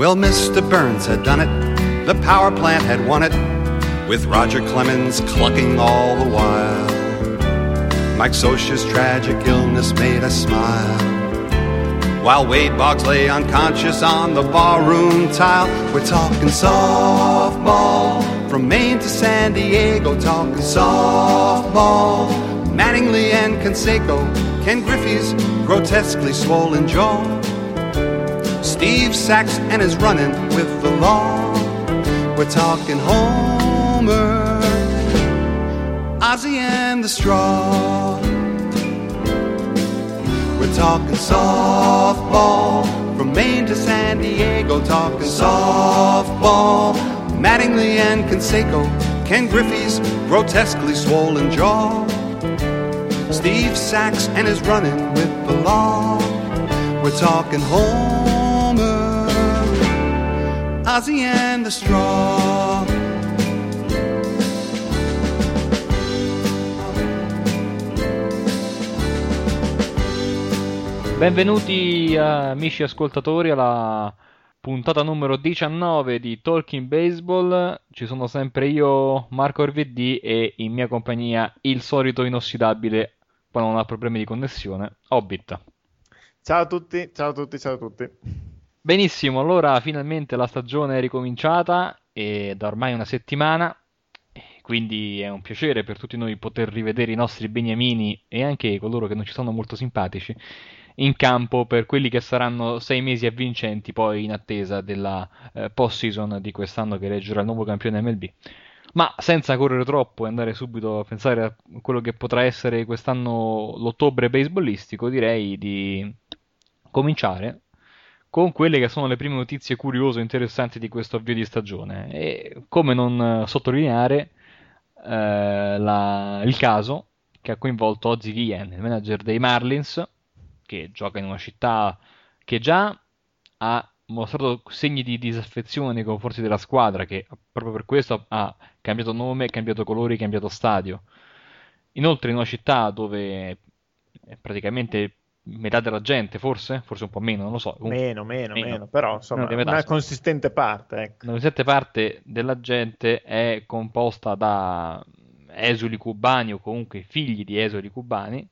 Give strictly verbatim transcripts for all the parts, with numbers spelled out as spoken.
Well, Mister Burns had done it, the power plant had won it, with Roger Clemens clucking all the while. Mike Scioscia's tragic illness made us smile, while Wade Boggs lay unconscious on the barroom tile. We're talking softball, from Maine to San Diego, talking softball. Mattingly and Canseco, Ken Griffey's grotesquely swollen jaw, Steve Sachs and his running with the law. We're talking Homer, Ozzie and the Straw. We're talking softball, from Maine to San Diego, talking softball. Mattingly and Canseco, Ken Griffey's grotesquely swollen jaw, Steve Sachs and his running with the law. We're talking Homer, Ozzie and the Straw. Benvenuti amici ascoltatori alla puntata numero diciannove di Talking Baseball. Ci sono sempre io, Marco R V D, e in mia compagnia il solito inossidabile, quando non ha problemi di connessione, Hobbit. Ciao a tutti, ciao a tutti, ciao a tutti. Benissimo, allora finalmente la stagione è ricominciata e da ormai una settimana, quindi è un piacere per tutti noi poter rivedere i nostri beniamini e anche coloro che non ci sono molto simpatici in campo per quelli che saranno sei mesi avvincenti poi in attesa della eh, post-season di quest'anno che eleggerà il nuovo campione M L B. Ma senza correre troppo e andare subito a pensare a quello che potrà essere quest'anno l'ottobre baseballistico, direi di cominciare con quelle che sono le prime notizie curiose e interessanti di questo avvio di stagione. E come non sottolineare eh, la- il caso che ha coinvolto Ozzie Guillen, il manager dei Marlins, che gioca in una città che già ha mostrato segni di disaffezione nei confronti della squadra, che proprio per questo ha cambiato nome, cambiato colori, cambiato stadio. Inoltre in una città dove è praticamente metà della gente, forse, forse un po' meno, non lo so, comunque Meno, meno, meno, meno, però meno insomma di metà, una insomma. consistente parte, ecco. Una sette parte della gente è composta da esuli cubani o comunque figli di esuli cubani.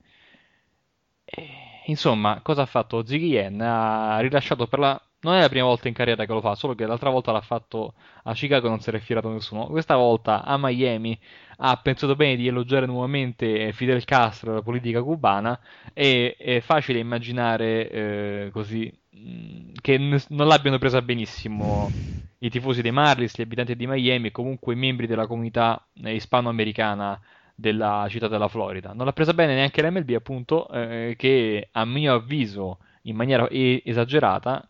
E, insomma, cosa ha fatto Ozzie Guillen? Ha rilasciato per la... Non è la prima volta in carriera che lo fa, solo che l'altra volta l'ha fatto a Chicago e non se l'è filato nessuno. Questa volta a Miami ha pensato bene di elogiare nuovamente Fidel Castro e la politica cubana e è facile immaginare eh, così mh, che n- non l'abbiano presa benissimo i tifosi dei Marlins, gli abitanti di Miami e comunque i membri della comunità eh, ispanoamericana della città della Florida. Non l'ha presa bene neanche l'M L B, appunto, eh, che a mio avviso, in maniera e- esagerata,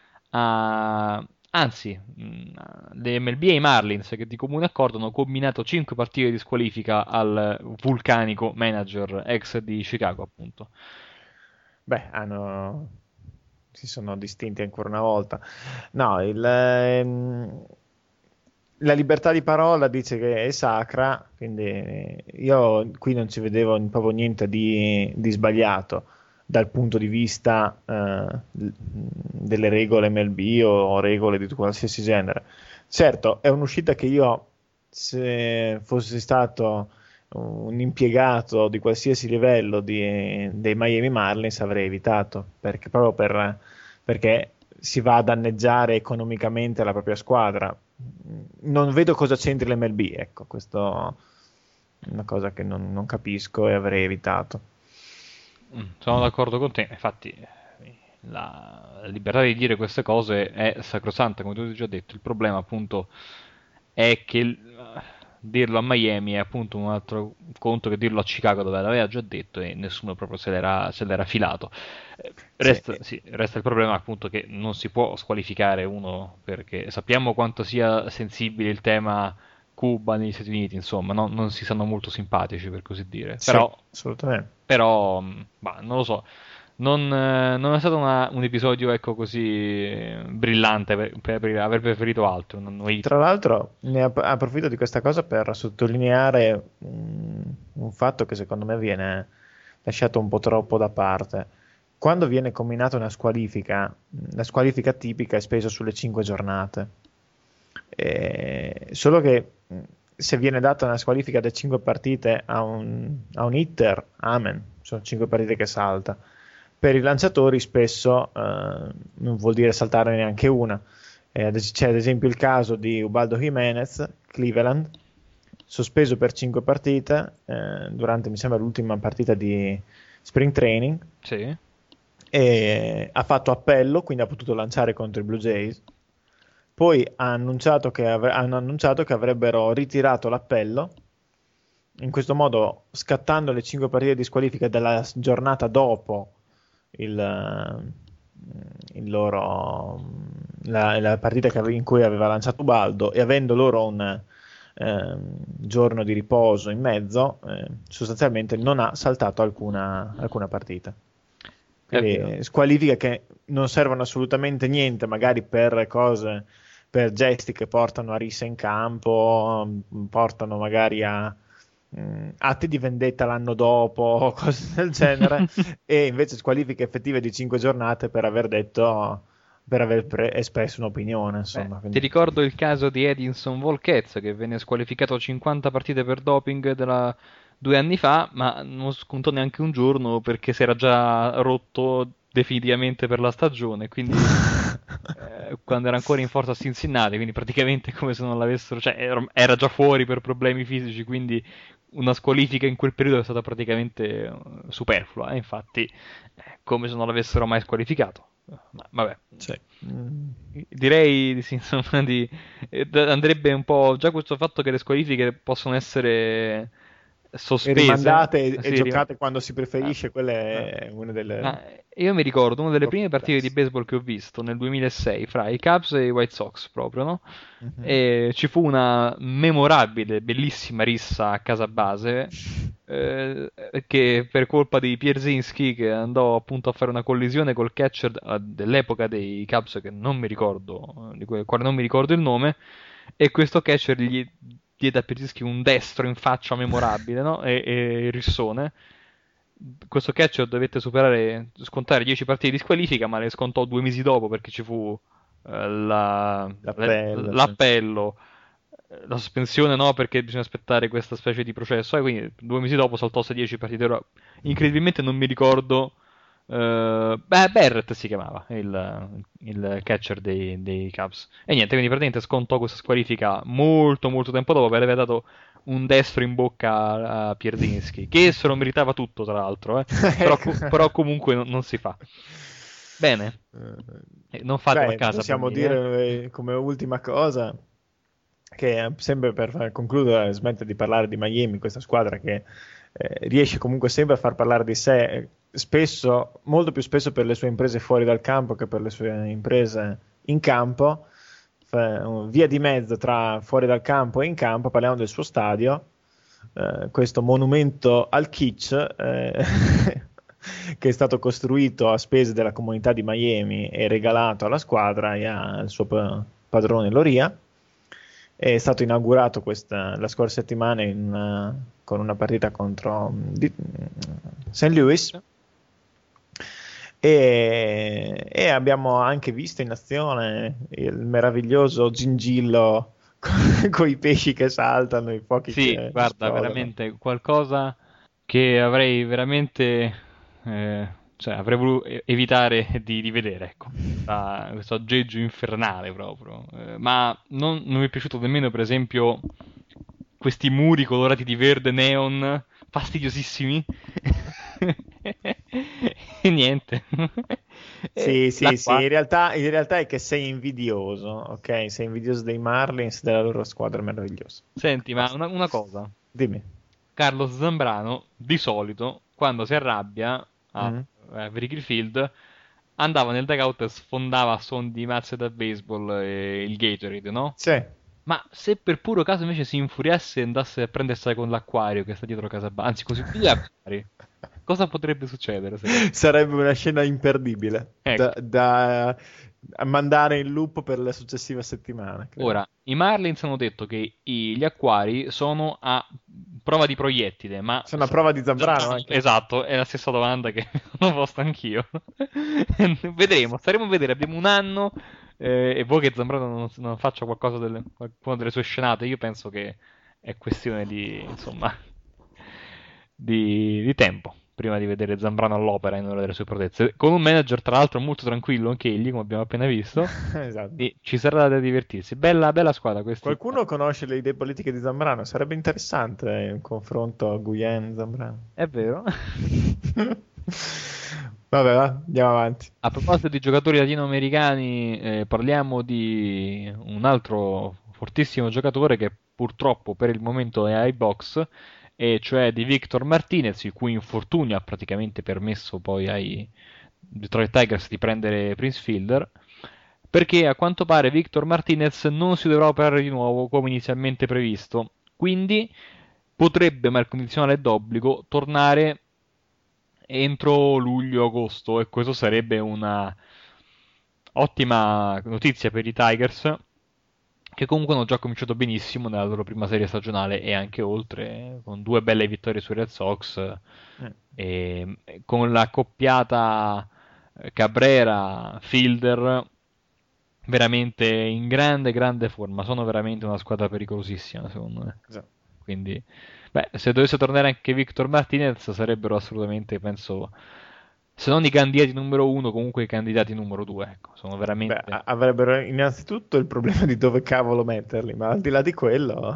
ha- anzi, mh, le M L B e i Marlins, che di comune accordo hanno combinato cinque partite di squalifica al vulcanico manager ex di Chicago, appunto. Beh, hanno... si sono distinti ancora una volta. No, il, ehm, la libertà di parola dice che è sacra, quindi io qui non ci vedevo proprio niente di, di sbagliato dal punto di vista eh, delle regole M L B o regole di qualsiasi genere. Certo, è un'uscita che io, se fossi stato un impiegato di qualsiasi livello di- dei Miami Marlins, avrei evitato, perché proprio per, perché si va a danneggiare economicamente la propria squadra. Non vedo cosa c'entri l'M L B, ecco, questo è una cosa che non, non capisco e avrei evitato. Mm, sono d'accordo con te, infatti la libertà di dire queste cose è sacrosanta, come tu hai già detto. Il problema appunto è che il- dirlo a Miami è appunto un altro conto che dirlo a Chicago, dove l'aveva già detto e nessuno proprio se l'era, se l'era filato. Eh, Sì, Resta, sì, resta il problema appunto che non si può squalificare uno, perché sappiamo quanto sia sensibile il tema Cuba negli Stati Uniti, insomma, no- non si sanno molto simpatici, per così dire. sì, Però assolutamente. però, mh, bah, non lo so, non, eh, non è stato una- un episodio, ecco, così eh, brillante per, per- per aver preferito altro. Non, noi- Tra l'altro, ne app- approfitto di questa cosa per sottolineare un, un fatto che secondo me viene lasciato un po' troppo da parte. quando viene combinata una squalifica, la squalifica tipica è spesso sulle cinque giornate. Eh, solo che se viene data una squalifica da cinque partite a un, a un hitter, amen, sono cinque partite che salta. Per i lanciatori spesso eh, non vuol dire saltare neanche una. Eh, c'è ad esempio il caso di Ubaldo Jimenez, Cleveland, sospeso per cinque partite eh, durante, mi sembra, l'ultima partita di spring training. Sì. E ha fatto appello, quindi ha potuto lanciare contro i Blue Jays. Poi ha annunciato che avre- hanno annunciato che avrebbero ritirato l'appello, in questo modo scattando le cinque partite di squalifica della giornata dopo il, il loro, la, la partita che ave- in cui aveva lanciato Ubaldo, e avendo loro un eh, giorno di riposo in mezzo, eh, sostanzialmente non ha saltato alcuna, alcuna partita. Quindi squalifiche che non servono assolutamente niente, magari per cose, per gesti che portano a rissa in campo, portano magari a mh, atti di vendetta l'anno dopo, cose del genere, e invece squalifiche effettive di cinque giornate per aver detto, per aver pre- espresso un'opinione, insomma. Beh, Quindi... ti ricordo il caso di Edinson Volquez, che venne squalificato cinquanta partite per doping della- due anni fa, ma non scontò neanche un giorno perché si era già rotto definitivamente per la stagione, quindi eh, quando era ancora in forza a Cincinnati, quindi praticamente come se non l'avessero, cioè era, era già fuori per problemi fisici, quindi una squalifica in quel periodo è stata praticamente eh, superflua, eh, infatti eh, come se non l'avessero mai squalificato. Ma vabbè, Sì. Mm. direi sì, insomma, di, eh, d- andrebbe un po'. Già questo fatto che le squalifiche possono essere E sospese. rimandate e, e Sì, rim- giocate quando si ah, preferisce, quella ah. è una delle... Ma io mi ricordo una delle prime troppo partite di complesse. baseball che ho visto nel duemilasei fra i Cubs e i White Sox proprio, no? Mhm. E ci fu una memorabile, bellissima rissa a casa base eh, che per colpa di Pierzynski che andò appunto a fare una collisione col catcher eh, dell'epoca dei Cubs che non mi ricordo, di quel quale non mi ricordo il nome, e questo catcher gli diede a Pierzynski un destro in faccia memorabile, no? E, e il rissone. Questo catcher dovette superare, scontare dieci partite di squalifica, ma le scontò due mesi dopo perché ci fu eh, la- L'appello, sì. l'appello, eh, la sospensione no, perché bisogna aspettare questa specie di processo. E quindi due mesi dopo saltò dieci partite. Ora, incredibilmente non mi ricordo. eh, beh, Barrett si chiamava il, il catcher dei, dei Cubs. E niente, quindi praticamente scontò questa squalifica molto molto tempo dopo per aver dato un destro in bocca a, a Pierzynski, che se lo meritava tutto tra l'altro, eh. Però, co- però comunque non, non si fa. Bene, eh, non fatelo a Beh, casa, possiamo bambini, eh. dire eh, come ultima cosa che eh, sempre per far concludere, smette di parlare di Miami, questa squadra che eh, riesce comunque sempre a far parlare di sé, eh, spesso, molto più spesso per le sue imprese fuori dal campo che per le sue imprese in campo. Fa- via di mezzo tra fuori dal campo e in campo, parliamo del suo stadio, eh, questo monumento al kitsch eh, che è stato costruito a spese della comunità di Miami e regalato alla squadra e al suo pa- padrone Loria. È stato inaugurato questa, la scorsa settimana in una- con una partita contro mm, di- Saint Louis. E, e abbiamo anche visto in azione il meraviglioso gingillo con i pesci che saltano, i fuochi Sì, che guarda, esplodono. veramente qualcosa che avrei veramente, eh, cioè avrei voluto e- evitare di, di vedere, ecco. Questa- questo aggeggio infernale proprio. Eh, ma non, non mi è piaciuto nemmeno, per esempio, questi muri colorati di verde neon, fastidiosissimi. E niente. E Sì, da sì, sì, qua. in realtà, in realtà è che sei invidioso, ok? Sei invidioso dei Marlins, della loro squadra meravigliosa. Senti, ma Basta. una, una cosa. Dimmi. Carlos Zambrano, di solito, quando si arrabbia a, Mm? a Wrigley Field, andava nel dugout e sfondava a suon di mazze da baseball e il Gatorade, no? Sì. Ma se per puro caso invece si infuriasse e andasse a prendersi con l'acquario che sta dietro casa, ba- anzi, così due acquari, cosa potrebbe succedere secondo Sarebbe una scena imperdibile te? da, Ecco. da mandare in loop per la successiva settimana, credo. Ora, i Marlins hanno detto che i- gli acquari sono a prova di proiettile, ma... C'è una prova di Zambrano anche. Esatto, è la stessa domanda che ho posto anch'io. Vedremo, staremo a vedere, abbiamo un anno, eh, e voi che Zambrano non, non faccia qualcosa delle, qualcuna delle sue scenate, io penso che è questione di, insomma, di, di tempo, prima di vedere Zambrano all'opera in una delle sue protezze, con un manager tra l'altro molto tranquillo anche egli, come abbiamo appena visto. Esatto. E ci sarà da divertirsi. Bella, bella squadra questa. Qualcuno conosce le idee politiche di Zambrano? Sarebbe interessante il confronto Guyen-Zambrano. È vero. Vabbè, va, andiamo avanti. A proposito di giocatori latinoamericani, eh, parliamo di un altro fortissimo giocatore che purtroppo per il momento è ai box, e cioè di Victor Martinez, il cui infortunio ha praticamente permesso poi ai Detroit Tigers di prendere Prince Fielder, perché a quanto pare Victor Martinez non si dovrà operare di nuovo come inizialmente previsto, quindi potrebbe, ma il condizionale è d'obbligo, tornare entro luglio-agosto, e questo sarebbe una ottima notizia per i Tigers, che comunque hanno già cominciato benissimo nella loro prima serie stagionale e anche oltre, con due belle vittorie sui Red Sox, Eh. e con la coppiata Cabrera-Fielder veramente in grande, grande forma. Sono veramente una squadra pericolosissima, secondo me. Esatto. Quindi, beh, se dovesse tornare anche Victor Martinez, sarebbero assolutamente, penso, se non i candidati numero uno, comunque i candidati numero due. Ecco, sono veramente... Beh, avrebbero innanzitutto il problema di dove cavolo metterli, ma al di là di quello...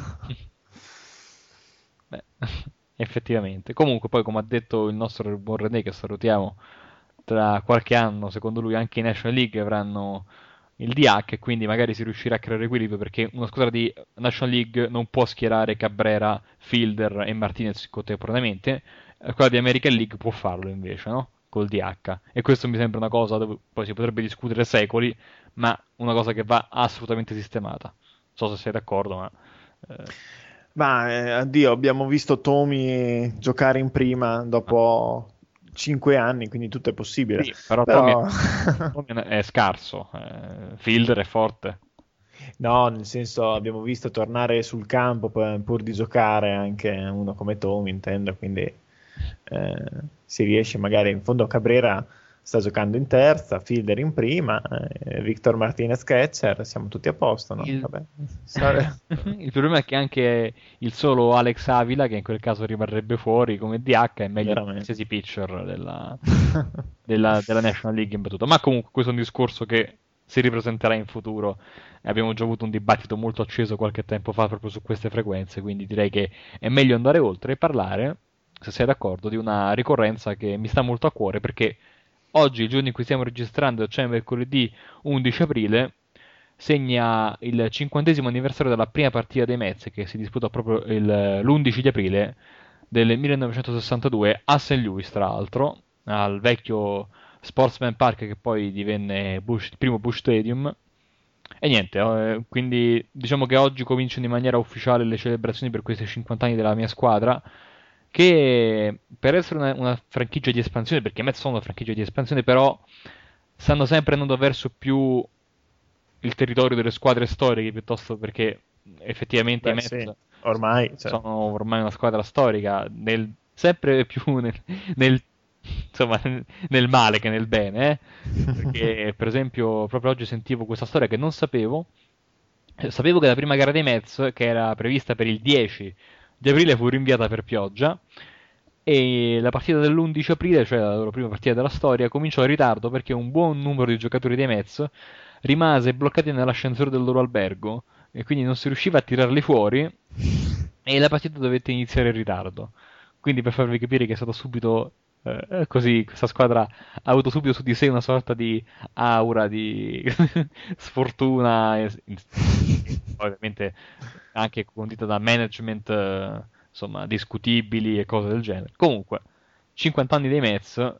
Beh, effettivamente. Comunque, poi, come ha detto il nostro buon René, che salutiamo, tra qualche anno, secondo lui, anche i National League avranno il D H, e quindi magari si riuscirà a creare equilibrio, perché una squadra di National League non può schierare Cabrera, Fielder e Martinez contemporaneamente. Quella di American League può farlo invece, no? Col D H. E questo mi sembra una cosa dove poi si potrebbe discutere secoli, ma una cosa che va assolutamente sistemata. Non so se sei d'accordo, ma... Eh... Ma eh, addio, abbiamo visto Tommy giocare in prima dopo cinque anni, quindi tutto è possibile. Sì, però, però... Tommy, Tommy è scarso, eh, Fielder è forte. No, nel senso, abbiamo visto tornare sul campo per, pur di giocare anche uno come Tommy, intendo, quindi eh, si riesce magari, in fondo Cabrera sta giocando in terza, Fielder in prima, eh, Victor Martinez catcher, siamo tutti a posto, no? Il... Vabbè. Il problema è che anche il solo Alex Avila, che in quel caso rimarrebbe fuori come D H, è meglio di qualsiasi pitcher della, della, della National League in battuta. Ma comunque questo è un discorso che si ripresenterà in futuro. Abbiamo già avuto un dibattito molto acceso qualche tempo fa proprio su queste frequenze, quindi direi che è meglio andare oltre e parlare, se sei d'accordo, di una ricorrenza che mi sta molto a cuore, perché oggi, il giorno in cui stiamo registrando, cioè mercoledì undici aprile, segna il cinquantesimo anniversario della prima partita dei Mets, che si disputa proprio il, l'undici di aprile del millenovecentosessantadue a Saint Louis, tra l'altro, al vecchio Sportsman Park, che poi divenne Bush, il primo Bush Stadium. E niente, eh, quindi diciamo che oggi cominciano in maniera ufficiale le celebrazioni per questi cinquanta anni della mia squadra, che per essere una, una franchigia di espansione, perché i Mets sono una franchigia di espansione, però stanno sempre andando verso più il territorio delle squadre storiche, piuttosto, perché effettivamente Beh, i Mets sì, ormai, cioè... sono ormai una squadra storica, nel, sempre più nel, nel insomma nel male che nel bene, eh? Perché per esempio proprio oggi sentivo questa storia che non sapevo. Sapevo che la prima gara dei Mets, che era prevista per il dieci di aprile, fu rinviata per pioggia, e la partita dell'undici aprile, cioè la loro prima partita della storia, cominciò in ritardo perché un buon numero di giocatori dei Mets rimase bloccati nell'ascensore del loro albergo, e quindi non si riusciva a tirarli fuori, e la partita dovette iniziare in ritardo. Quindi, per farvi capire che è stato subito eh, così, questa squadra ha avuto subito su di sé una sorta di aura di sfortuna, e, ovviamente anche condita da management eh, insomma discutibili e cose del genere. Comunque, cinquanta anni dei Mets,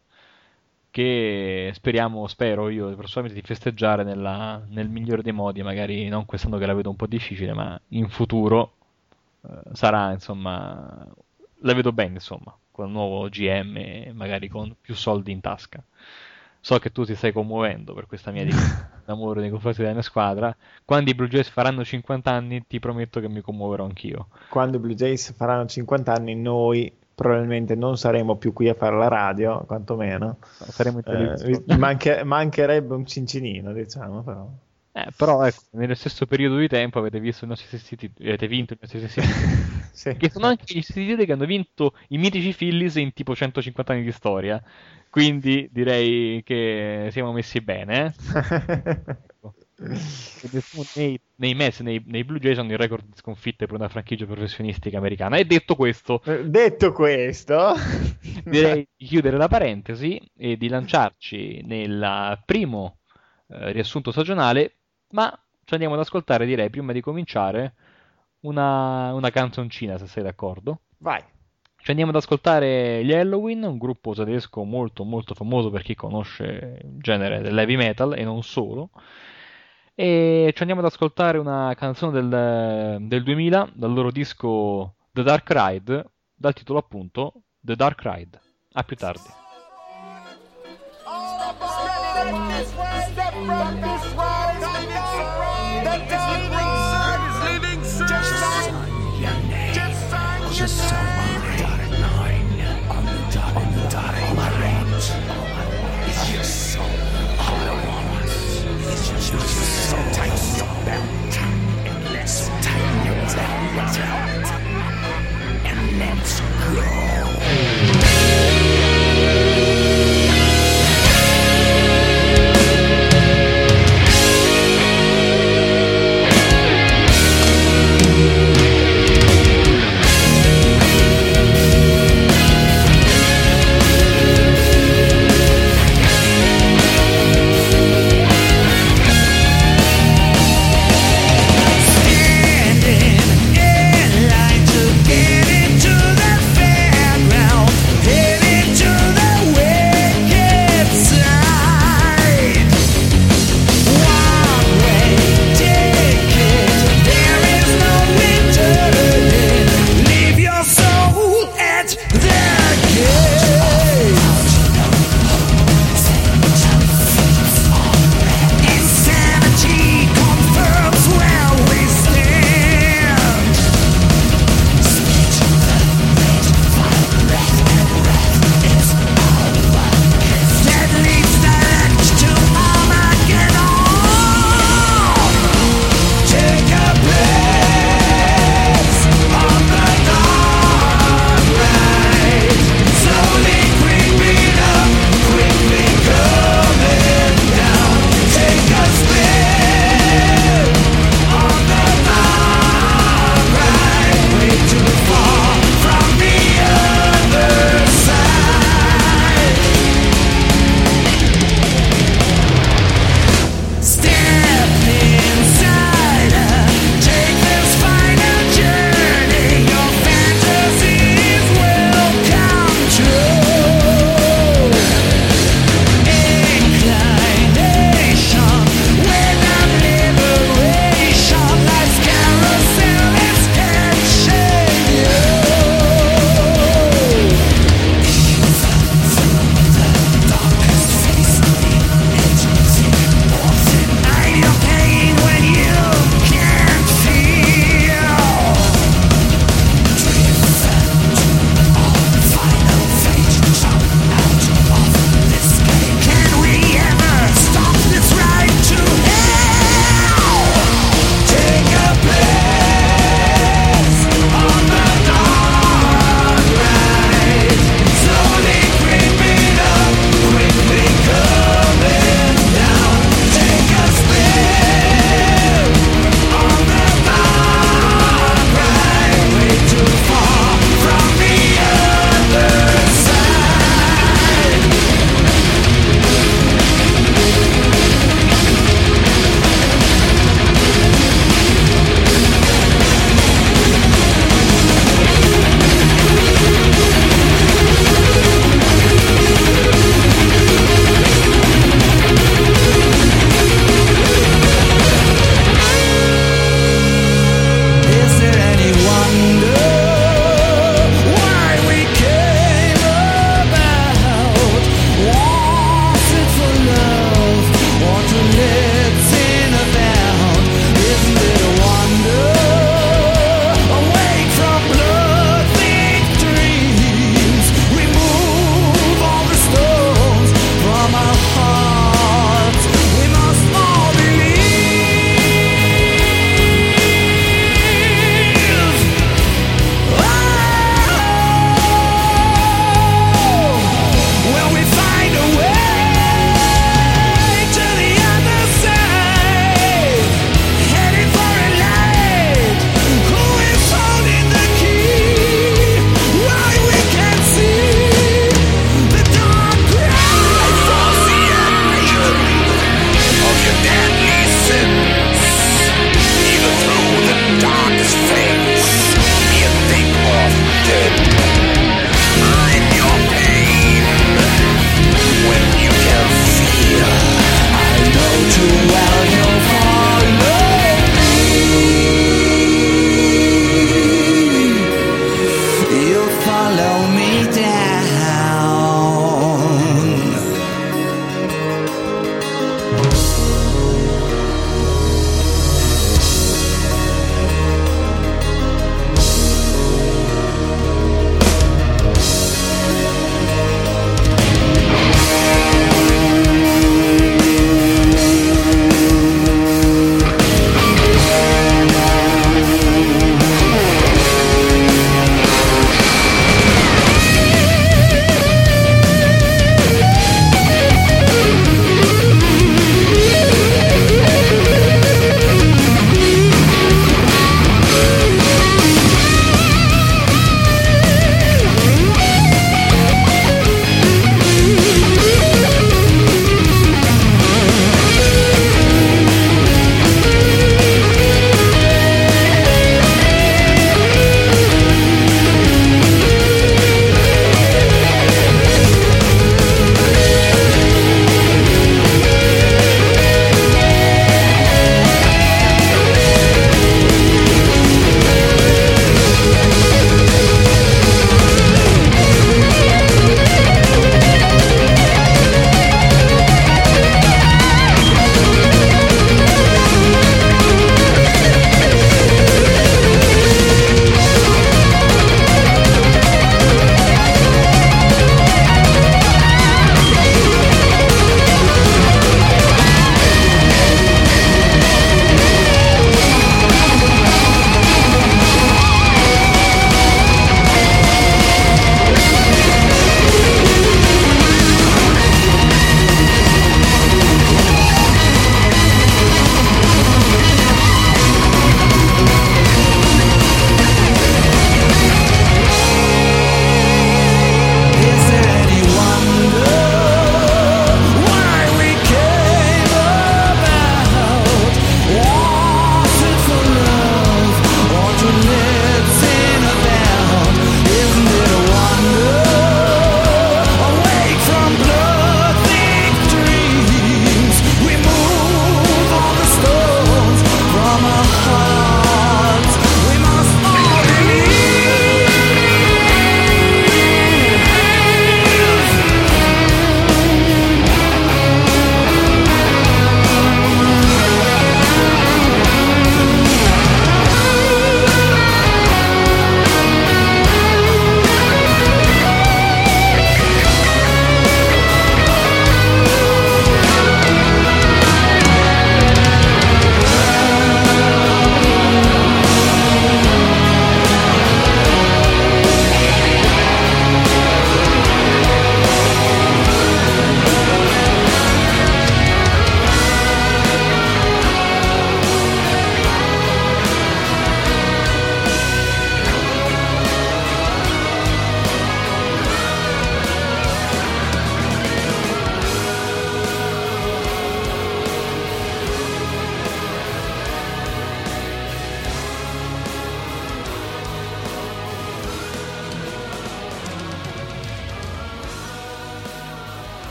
che speriamo, spero io personalmente, di festeggiare nella, nel migliore dei modi, magari non quest'anno che la vedo un po' difficile, ma in futuro eh, sarà, insomma, la vedo bene, insomma, con il nuovo G M e magari con più soldi in tasca. so che tu ti stai commuovendo per questa mia amore nei confronti della mia squadra. Quando i Blue Jays faranno cinquanta anni, ti prometto che mi commuoverò anch'io. Quando i Blue Jays faranno cinquanta anni, noi probabilmente non saremo più qui a fare la radio, quantomeno. No, saremo in televisione. Eh, manche- mancherebbe un cincinino, diciamo, però. Eh, però ecco, nello stesso periodo di tempo avete visto i nostri stessi titoli, avete vinto i nostri stessi titoli, Sì. che sono anche gli stessi titoli che hanno vinto i mitici Phillies in tipo centocinquanta anni di storia, quindi direi che siamo messi bene, eh? nei, nei Mets, nei, nei Blue Jays hanno il record di sconfitte per una franchigia professionistica americana. E detto questo, Detto questo, direi di chiudere la parentesi e di lanciarci nel primo eh, riassunto stagionale. Ma ci andiamo ad ascoltare, direi, prima di cominciare, una, una canzoncina, se sei d'accordo. vai. Ci andiamo ad ascoltare gli Helloween, un gruppo tedesco molto molto famoso per chi conosce il genere dell'heavy metal e non solo. E ci andiamo ad ascoltare una canzone del, del duemila, dal loro disco The Dark Ride, dal titolo appunto The Dark Ride. A più tardi. Just on the dotted line, on the dotted, on the dotted line. It's just all I want. It's just, it's just so tight your belt, and let's tighten your belt, and let's go.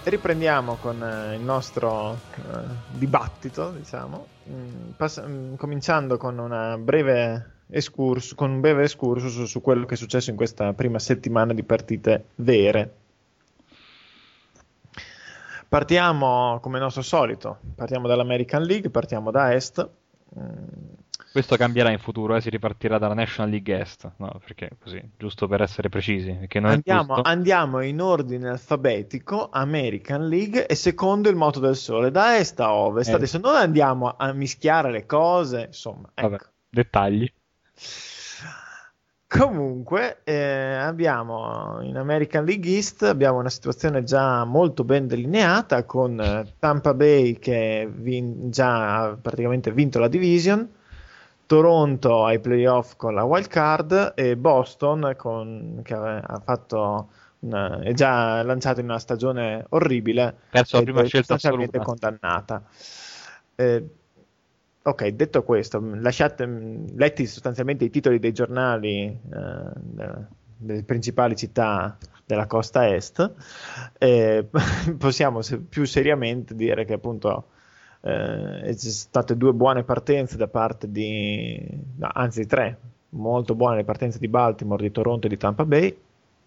riprendiamo con eh, il nostro eh, dibattito, diciamo, mm, pass- mm, cominciando con una breve escursus, con un breve escursus su, su quello che è successo in questa prima settimana di partite vere. Partiamo come nostro solito, partiamo dall'American League, partiamo da Est. Mm, Questo cambierà in futuro, eh, si ripartirà dalla National League Est, no, perché così, giusto per essere precisi, perché non è Andiamo, giusto. andiamo in ordine alfabetico, American League e secondo il moto del sole, da est a ovest. Eh. Adesso non andiamo a mischiare le cose, insomma, ecco. Vabbè, dettagli. Comunque, eh, abbiamo in American League East abbiamo una situazione già molto ben delineata con eh, Tampa Bay che vin- già ha praticamente vinto la division, Toronto ai playoff con la wild card e Boston con, che ha ha fatto una, è già lanciato in una stagione orribile Perso la ed prima è scelta sostanzialmente assoluta. condannata. Eh, ok, detto questo, lasciate, letti sostanzialmente i titoli dei giornali eh, de- delle principali città della costa est, eh, possiamo se- più seriamente dire che appunto eh, ci sono state due buone partenze da parte di, no, anzi tre, molto buone le partenze di Baltimore, di Toronto e di Tampa Bay.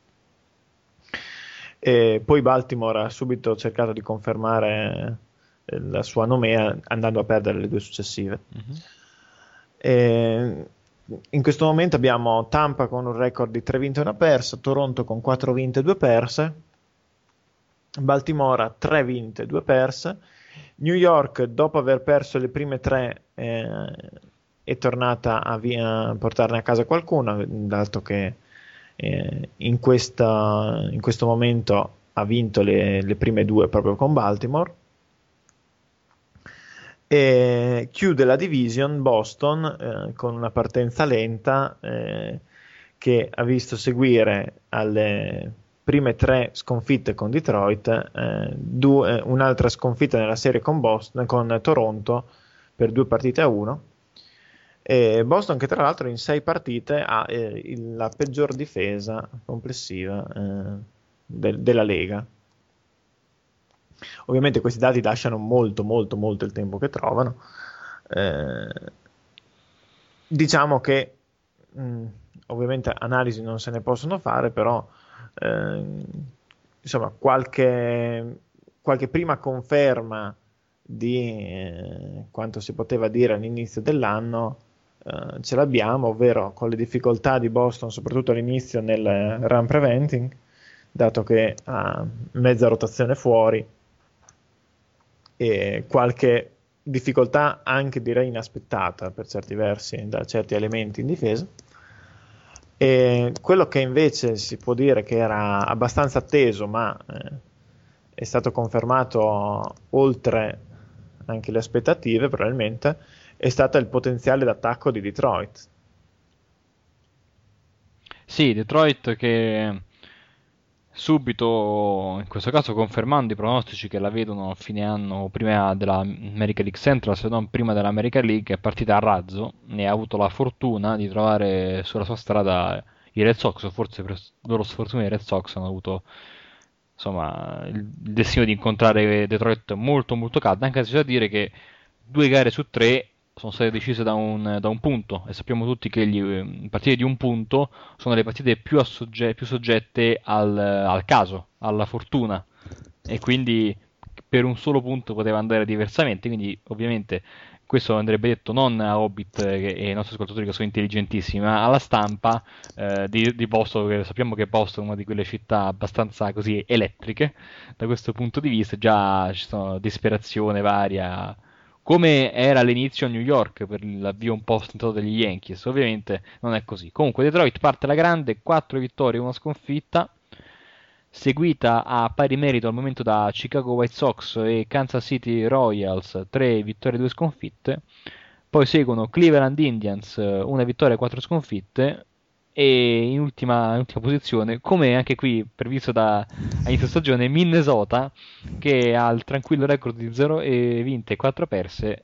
E poi Baltimore ha subito cercato di confermare eh, la sua nomea andando a perdere le due successive. Mhm. E in questo momento abbiamo Tampa con un record di tre vinte e una persa, Toronto con quattro vinte e due perse, Baltimora tre vinte e due perse, New York dopo aver perso le prime tre eh, è tornata a, via, a portarne a casa qualcuna, dato che eh, in, questa, in questo momento ha vinto le, le prime due proprio con Baltimore. E chiude la division Boston eh, con una partenza lenta eh, che ha visto seguire alle prime tre sconfitte con Detroit, eh, due, un'altra sconfitta nella serie con, Boston, con Toronto per due partite a uno. E Boston che tra l'altro in sei partite ha eh, il- la peggior difesa complessiva eh, del- della Lega. Ovviamente questi dati lasciano molto molto molto il tempo che trovano. Eh, diciamo che mh, ovviamente analisi non se ne possono fare, però ehm, insomma qualche, qualche prima conferma di eh, quanto si poteva dire all'inizio dell'anno eh, ce l'abbiamo, ovvero con le difficoltà di Boston soprattutto all'inizio nel run preventing, dato che ha mezza rotazione fuori e qualche difficoltà anche direi inaspettata per certi versi da certi elementi in difesa. E quello che invece si può dire che era abbastanza atteso, ma eh, è stato confermato oltre anche le aspettative, probabilmente, è stato il potenziale d'attacco di Detroit. Sì, Detroit che subito, in questo caso confermando i pronostici che la vedono a fine anno prima della American League Central, se non prima dell'American League, è partita a razzo e ha avuto la fortuna di trovare sulla sua strada i Red Sox, o forse per loro sfortuna i Red Sox hanno avuto insomma il il destino di incontrare Detroit molto molto calda, anche se c'è da dire che due gare su tre sono state decise da un, da un punto e sappiamo tutti che gli, eh, partite di un punto sono le partite più, assogge- più soggette al, al caso, alla fortuna e quindi per un solo punto poteva andare diversamente, quindi ovviamente questo andrebbe detto non a Hobbit eh, e ai nostri ascoltatori che sono intelligentissimi, ma alla stampa eh, di, di Boston, che sappiamo che Boston è una di quelle città abbastanza così elettriche da questo punto di vista, già ci sono disperazione varia, come era all'inizio a New York per l'avvio un po' ostentato degli Yankees. Ovviamente non è così. Comunque Detroit parte alla grande, quattro vittorie e una sconfitta, seguita a pari merito al momento da Chicago White Sox e Kansas City Royals, tre vittorie e due sconfitte. Poi seguono Cleveland Indians, una vittoria e quattro sconfitte. E in ultima, in ultima posizione, come anche qui previsto da a inizio stagione, Minnesota che ha il tranquillo record di zero e vinte e quattro perse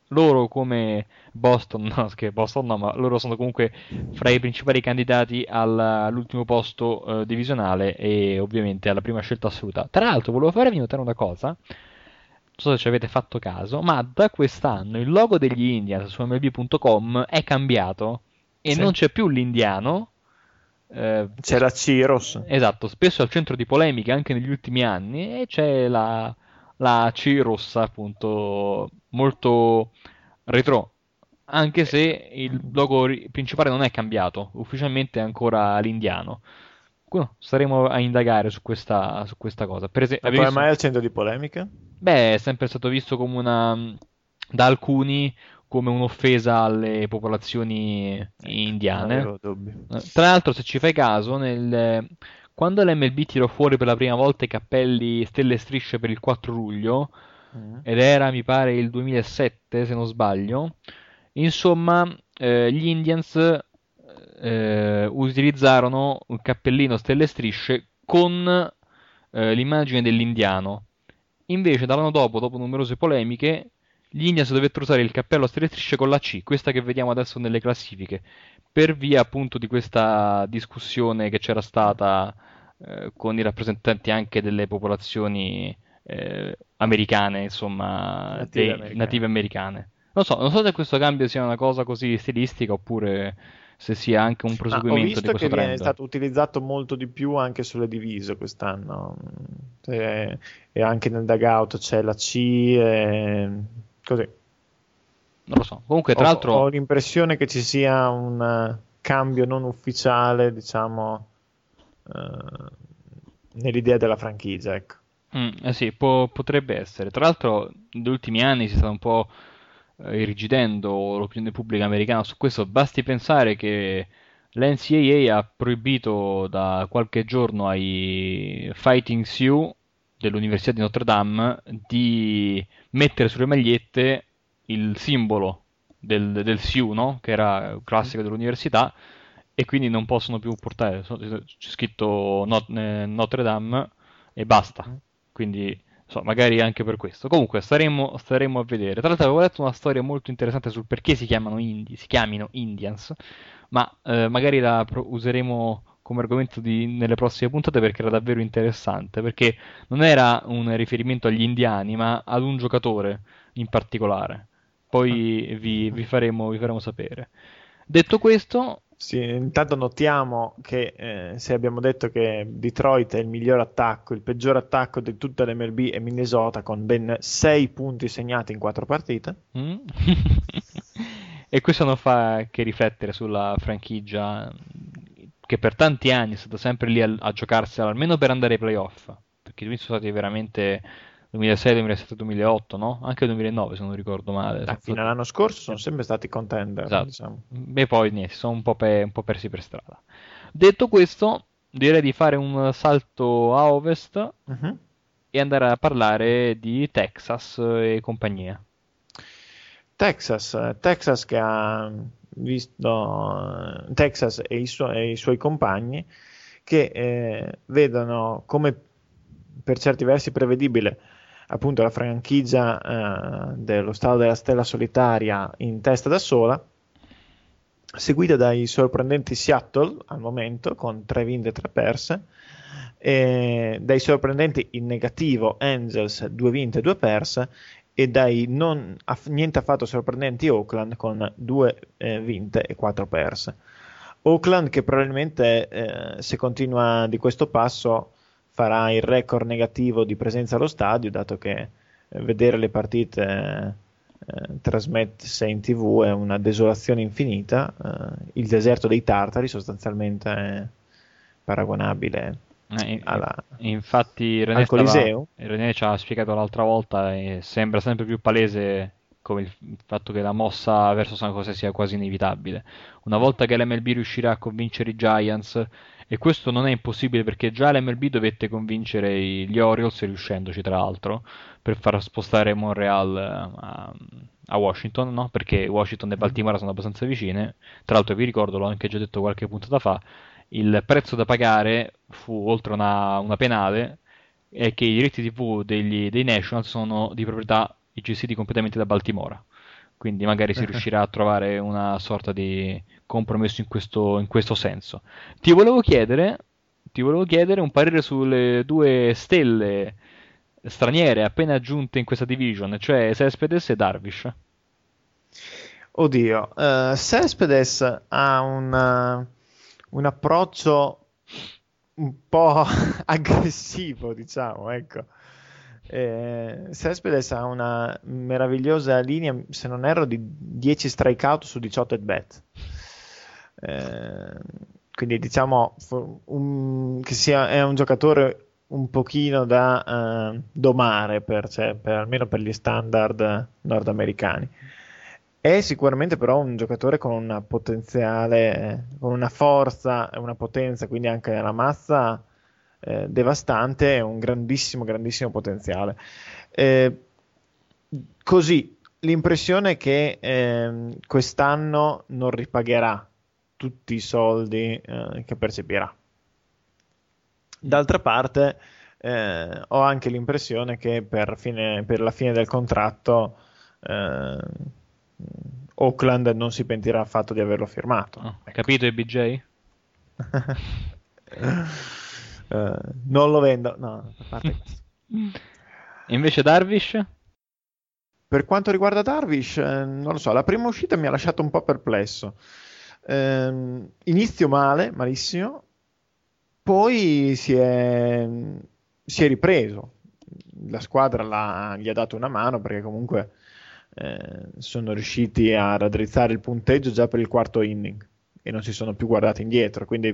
loro come Boston, no, che Boston no, ma loro sono comunque fra i principali candidati al- all'ultimo posto eh, divisionale e ovviamente alla prima scelta assoluta. Tra l'altro, volevo farvi notare una cosa, non so se ci avete fatto caso, ma da quest'anno il logo degli Indians su M L B punto com è cambiato e Sì. non c'è più l'indiano. eh, C'è la Ciros. Esatto, spesso al centro di polemiche anche negli ultimi anni e c'è la, la C rossa, appunto, molto retro, anche se il logo ri- principale non è cambiato, ufficialmente è ancora l'indiano. Qu- Staremo a indagare su questa, su questa cosa. Per esempio, Ma come mai al centro di polemiche? beh, è sempre stato visto come una, da alcuni come un'offesa alle popolazioni Non indiane. avevo dubbi. Eh, Tra l'altro, se ci fai caso, nel- quando l'M L B tirò fuori per la prima volta i cappelli stelle e strisce per il quattro luglio, Mm. ed era, mi pare, il duemilasette, se non sbaglio, insomma, eh, gli Indians eh, utilizzarono un cappellino stelle e strisce con eh, l'immagine dell'indiano. Invece, dall'anno dopo, dopo numerose polemiche, gli Indians dovettero usare il cappello a stelle e strisce con la C, questa che vediamo adesso nelle classifiche, per via appunto di questa discussione che c'era stata eh, con i rappresentanti anche delle popolazioni eh, americane, insomma, Native dei- americane. native americane. Non so, non so se questo cambio sia una cosa così stilistica oppure se sia anche un Ma ho proseguimento di visto questo che viene trend. stato utilizzato molto di più anche sulle divise quest'anno. Mm, e, e anche nel dugout c'è la C e così. Non lo so. Comunque, tra Ho, l'altro, ho l'impressione che ci sia un eh, cambio non ufficiale, diciamo, eh, nell'idea della franchigia, ecco. Mm, eh sì, po- potrebbe essere. Tra l'altro, negli ultimi anni si sta un po' eh, irrigidendo l'opinione pubblica americana su questo. Basti pensare che l'N C A A ha proibito da qualche giorno ai Fighting Sioux dell'Università di Notre Dame di mettere sulle magliette il simbolo del, del Sioux, no? Che era classico dell'università, e quindi non possono più portare. so- C'è scritto Not- eh, Notre Dame e basta. Quindi, so, magari anche per questo. Comunque, staremo, staremo a vedere. Tra l'altro, avevo letto una storia molto interessante sul perché si chiamano Indi, si chiamino Indians, ma eh, magari la pro- useremo come argomento di- nelle prossime puntate perché era davvero interessante. Perché non era un riferimento agli indiani, ma ad un giocatore in particolare. Poi vi, vi faremo, vi faremo sapere. Detto questo, Sì, intanto notiamo che eh, se abbiamo detto che Detroit è il miglior attacco, il peggior attacco di tutta l'M L B è Minnesota con ben sei punti segnati in quattro partite. mm? E questo non fa che riflettere sulla franchigia che per tanti anni è stata sempre lì a, a giocarsela, almeno per andare ai playoff, perché i Twins sono stati veramente duemilasei, duemilasette, duemilaotto, no? Anche duemilanove se non ricordo male. Ah, Sono fino stati- all'anno scorso sono sempre stati contender, Esatto. diciamo. E poi niente, si sono un po', pe- un po' persi per strada. Detto questo, direi di fare un salto a ovest Mhm. e andare a parlare di Texas e compagnia. Texas, eh, Texas che ha visto eh, Texas e i, suo- e i suoi compagni che eh, vedono come per certi versi prevedibile appunto la franchigia eh, dello Stato della Stella Solitaria in testa da sola, seguita dai sorprendenti Seattle al momento con tre vinte e tre perse, e dai sorprendenti in negativo Angels due vinte e due perse, e dai non aff- niente affatto sorprendenti Oakland con due eh, vinte e quattro perse. Oakland che probabilmente eh, se continua di questo passo farà il record negativo di presenza allo stadio, dato che eh, vedere le partite eh, trasmesse in tv è una desolazione infinita. Eh, il deserto dei Tartari sostanzialmente è paragonabile Eh, alla, infatti René, al stava, Coliseo. René ci ha spiegato l'altra volta e sembra sempre più palese come il il fatto che la mossa verso San José sia quasi inevitabile. Una volta che l'M L B riuscirà a convincere i Giants, e questo non è impossibile perché già l'M L B dovette convincere i- gli Orioles, riuscendoci tra l'altro, per far spostare Montreal eh, a, a Washington, no? Perché Washington e Baltimora sono abbastanza vicine. Tra l'altro vi ricordo, l'ho anche già detto qualche puntata fa, il prezzo da pagare fu, oltre una, una penale, è che i diritti T V degli, dei Nationals sono di proprietà gestiti completamente da Baltimora. quindi magari si riuscirà a trovare una sorta di compromesso in questo, in questo senso. Ti volevo chiedere, ti volevo chiedere un parere sulle due stelle straniere appena aggiunte in questa division, cioè Cespedes e Darvish. Oddio, uh, Cespedes ha un, un approccio un po' aggressivo, diciamo, ecco. Eh, Cespedes ha una meravigliosa linea, se non erro, di dieci strikeout su diciotto at bat. Eh, quindi diciamo un, che sia, è un giocatore un pochino da uh, domare per, cioè, per, almeno per gli standard nordamericani. È sicuramente però un giocatore con una potenziale, con una forza e una potenza, quindi anche una mazza eh, devastante e un grandissimo, grandissimo potenziale. Eh, così, l'impressione è che eh, quest'anno non ripagherà tutti i soldi eh, che percepirà. D'altra parte, eh, ho anche l'impressione che per, fine, per la fine del contratto eh, Oakland non si pentirà affatto di averlo firmato. Oh, ecco. Capito E B J? uh, non lo vendo, no, a parte questo. E invece Darvish? Per quanto riguarda Darvish, eh, non lo so, la prima uscita mi ha lasciato un po' perplesso. Eh, inizio male, malissimo, poi si è, si è ripreso. La squadra l'ha, gli ha dato una mano perché comunque eh, sono riusciti a raddrizzare il punteggio già per il quarto inning e non si sono più guardati indietro, quindi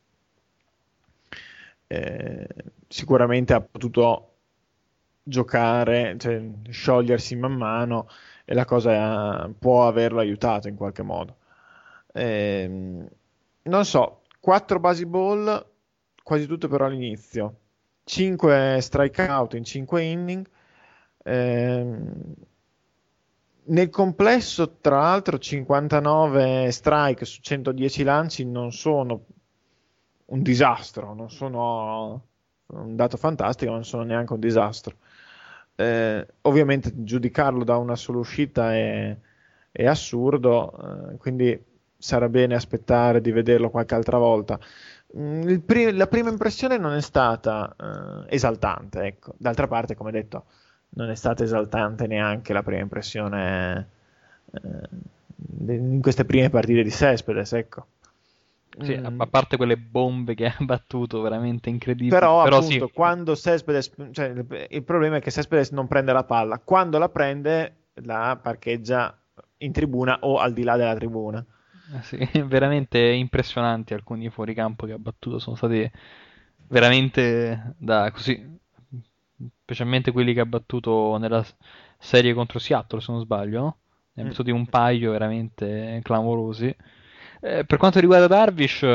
eh, sicuramente ha potuto giocare, cioè sciogliersi man mano e la cosa può averlo aiutato in qualche modo. Eh, non so, quattro basi ball, quasi tutte però all'inizio, cinque strikeout in cinque inning. Eh, nel complesso, tra l'altro, cinquantanove strike su centodieci lanci non sono un disastro, non sono un dato fantastico, non sono neanche un disastro. Eh, ovviamente giudicarlo da una sola uscita è, è assurdo, eh, quindi sarà bene aspettare di vederlo qualche altra volta. Mm, il pri- la prima impressione non è stata eh, esaltante, ecco. D'altra parte, come detto, non è stata esaltante neanche la prima impressione eh, in queste prime partite di Cespedes, ecco. Sì, a, Mm. a parte quelle bombe che ha battuto, veramente incredibili. Però, Però appunto, sì, quando Cespedes, cioè, il, il problema è che Cespedes non prende la palla, quando la prende la parcheggia in tribuna o al di là della tribuna. eh sì, veramente impressionanti alcuni fuoricampo che ha battuto, sono stati veramente da così, specialmente quelli che ha battuto nella s- serie contro Seattle, se non sbaglio, no? Ne ha Mm. battuti un paio veramente clamorosi. Eh, per quanto riguarda Darvish,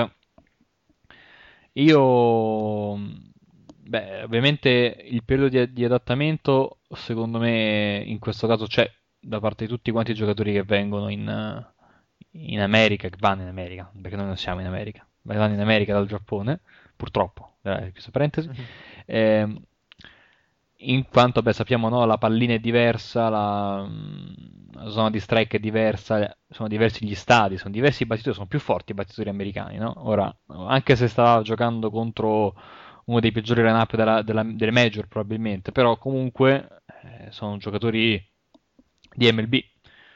io, beh, ovviamente il periodo di, di adattamento, secondo me, in questo caso c'è da parte di tutti quanti i giocatori che vengono in, eh, in America, che vanno in America, perché noi non siamo in America, ma che vanno in America dal Giappone, purtroppo, eh, questa parentesi. Mhm. Ehm, in quanto, beh, sappiamo, no, la pallina è diversa, la, la zona di strike è diversa, sono diversi gli stadi, sono diversi i battitori, sono più forti i battitori americani, no? Ora, anche se stava giocando contro uno dei peggiori line-up della- della- delle major probabilmente, però comunque eh, sono giocatori di M L B.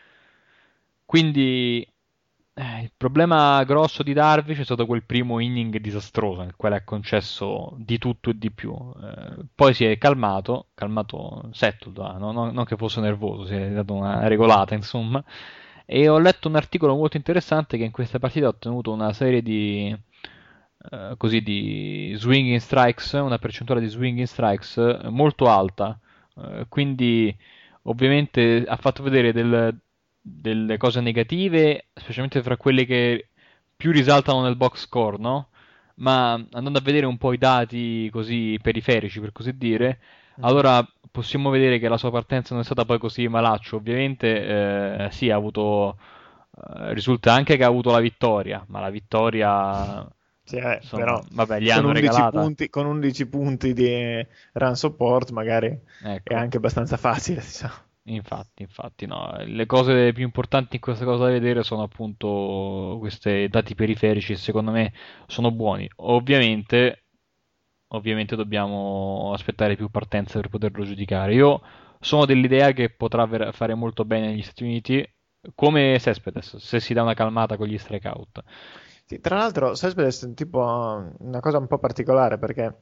Quindi eh, il problema grosso di Darvish è stato quel primo inning disastroso nel quale ha concesso di tutto e di più. Eh, poi si è calmato, calmato settled, ah, no- no- non che fosse nervoso, si è dato una regolata, insomma. E ho letto un articolo molto interessante che in questa partita ha ottenuto una serie di, eh, così, di swinging strikes, una percentuale di swinging strikes eh, molto alta. Eh, quindi ovviamente ha fatto vedere del- delle cose negative, specialmente fra quelle che più risaltano nel box score, no? Ma andando a vedere un po' i dati così periferici, per così dire, Mhm. allora possiamo vedere che la sua partenza non è stata poi così malaccio. Ovviamente, eh, sì, ha avuto, eh, risulta anche che ha avuto la vittoria, ma la vittoria, Sì, eh, insomma, però vabbè, gli con hanno undici regalata. punti, con undici punti di run support magari è Ecco. anche abbastanza facile, diciamo. Infatti, infatti, no. Le cose più importanti in questa cosa da vedere sono appunto questi dati periferici, secondo me sono buoni. Ovviamente, ovviamente dobbiamo aspettare più partenze per poterlo giudicare. Io sono dell'idea che potrà ver- fare molto bene negli Stati Uniti, come Cespedes, se si dà una calmata con gli strikeout. Sì, tra l'altro, Cespedes è un tipo, una cosa un po' particolare perché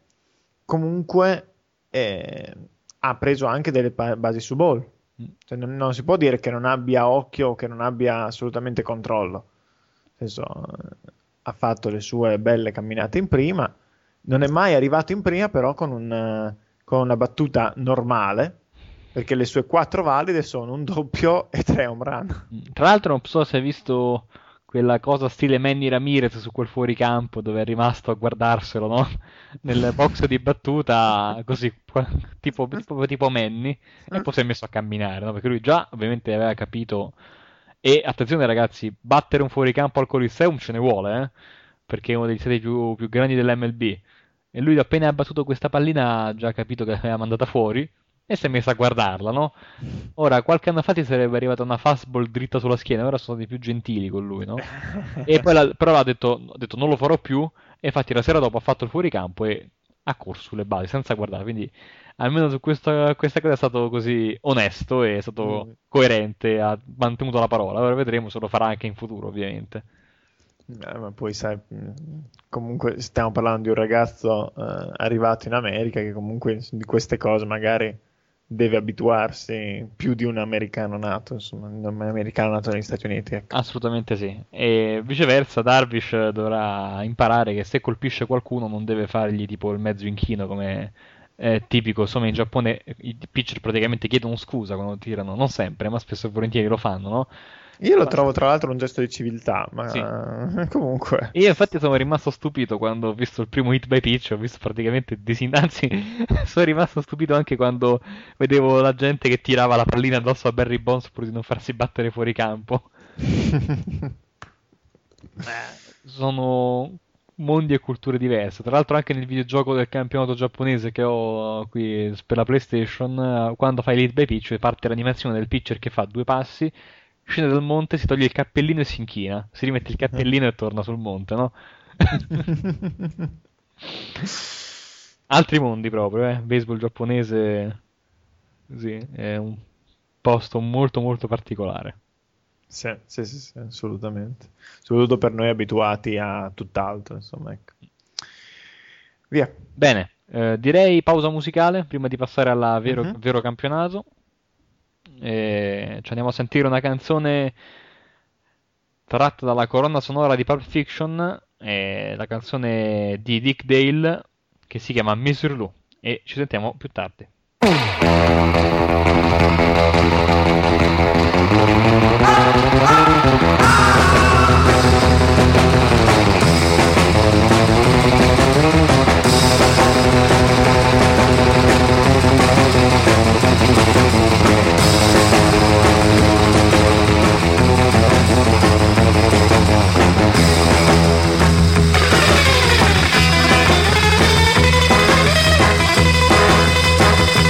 comunque eh, ha preso anche delle pa- basi su ball. Cioè, non, non si può dire che non abbia occhio o che non abbia assolutamente controllo. Nel senso, eh, ha fatto le sue belle camminate in prima, non è mai arrivato in prima però con, un, eh, con una battuta normale, perché le sue quattro valide sono un doppio e tre home run. Tra l'altro non so se hai visto quella cosa stile Manny Ramirez su quel fuoricampo dove è rimasto a guardarselo, no? Nel box di battuta, così, qua- tipo, tipo, tipo Manny, e poi si è messo a camminare, no? Perché lui già ovviamente aveva capito. E attenzione ragazzi, battere un fuoricampo al Coliseum ce ne vuole, eh? Perché è uno degli stati più, più grandi dell'M L B. E lui appena ha battuto questa pallina ha già capito che l'aveva mandata fuori e si è messo a guardarla, no? Ora, qualche anno fa ti sarebbe arrivata una fastball dritta sulla schiena, ora sono dei più gentili con lui, no? E poi la- però ha detto, ha detto non lo farò più, e infatti la sera dopo ha fatto il fuoricampo e ha corso sulle basi senza guardare, quindi almeno su questa, questa cosa è stato così onesto e è stato Mm. coerente, ha mantenuto la parola. Ora vedremo se lo farà anche in futuro, ovviamente. Eh, ma poi sai, mh, comunque stiamo parlando di un ragazzo eh, arrivato in America che comunque di queste cose magari deve abituarsi più di un americano nato, insomma, un americano nato negli Stati Uniti, ecco. Assolutamente sì. E viceversa, Darvish dovrà imparare che se colpisce qualcuno non deve fargli tipo il mezzo inchino come è tipico. Insomma, in Giappone i pitcher praticamente chiedono scusa quando tirano, non sempre, ma spesso e volentieri lo fanno, no? Io lo trovo tra l'altro un gesto di civiltà, ma Sì. comunque... Io infatti sono rimasto stupito quando ho visto il primo hit by pitch, ho visto praticamente disin- anzi sono rimasto stupito anche quando vedevo la gente che tirava la pallina addosso a Barry Bonds pur di non farsi battere fuori campo. Sono mondi e culture diverse. Tra l'altro anche nel videogioco del campionato giapponese che ho qui per la PlayStation, eh, quando fai l'hit by pitch parte l'animazione del pitcher che fa due passi, scende dal monte, si toglie il cappellino e si inchina. Si rimette il cappellino e torna sul monte, no? Altri mondi proprio, eh. Baseball giapponese, sì, è un posto molto molto particolare. Sì, sì, sì, sì, assolutamente. Soprattutto per noi abituati a tutt'altro, insomma, ecco. Via. Bene, eh, direi pausa musicale prima di passare al vero, Mhm. vero campionato. E ci andiamo a sentire una canzone tratta dalla colonna sonora di Pulp Fiction, eh, la canzone di Dick Dale che si chiama Mister Lou. E ci sentiamo più tardi. Thank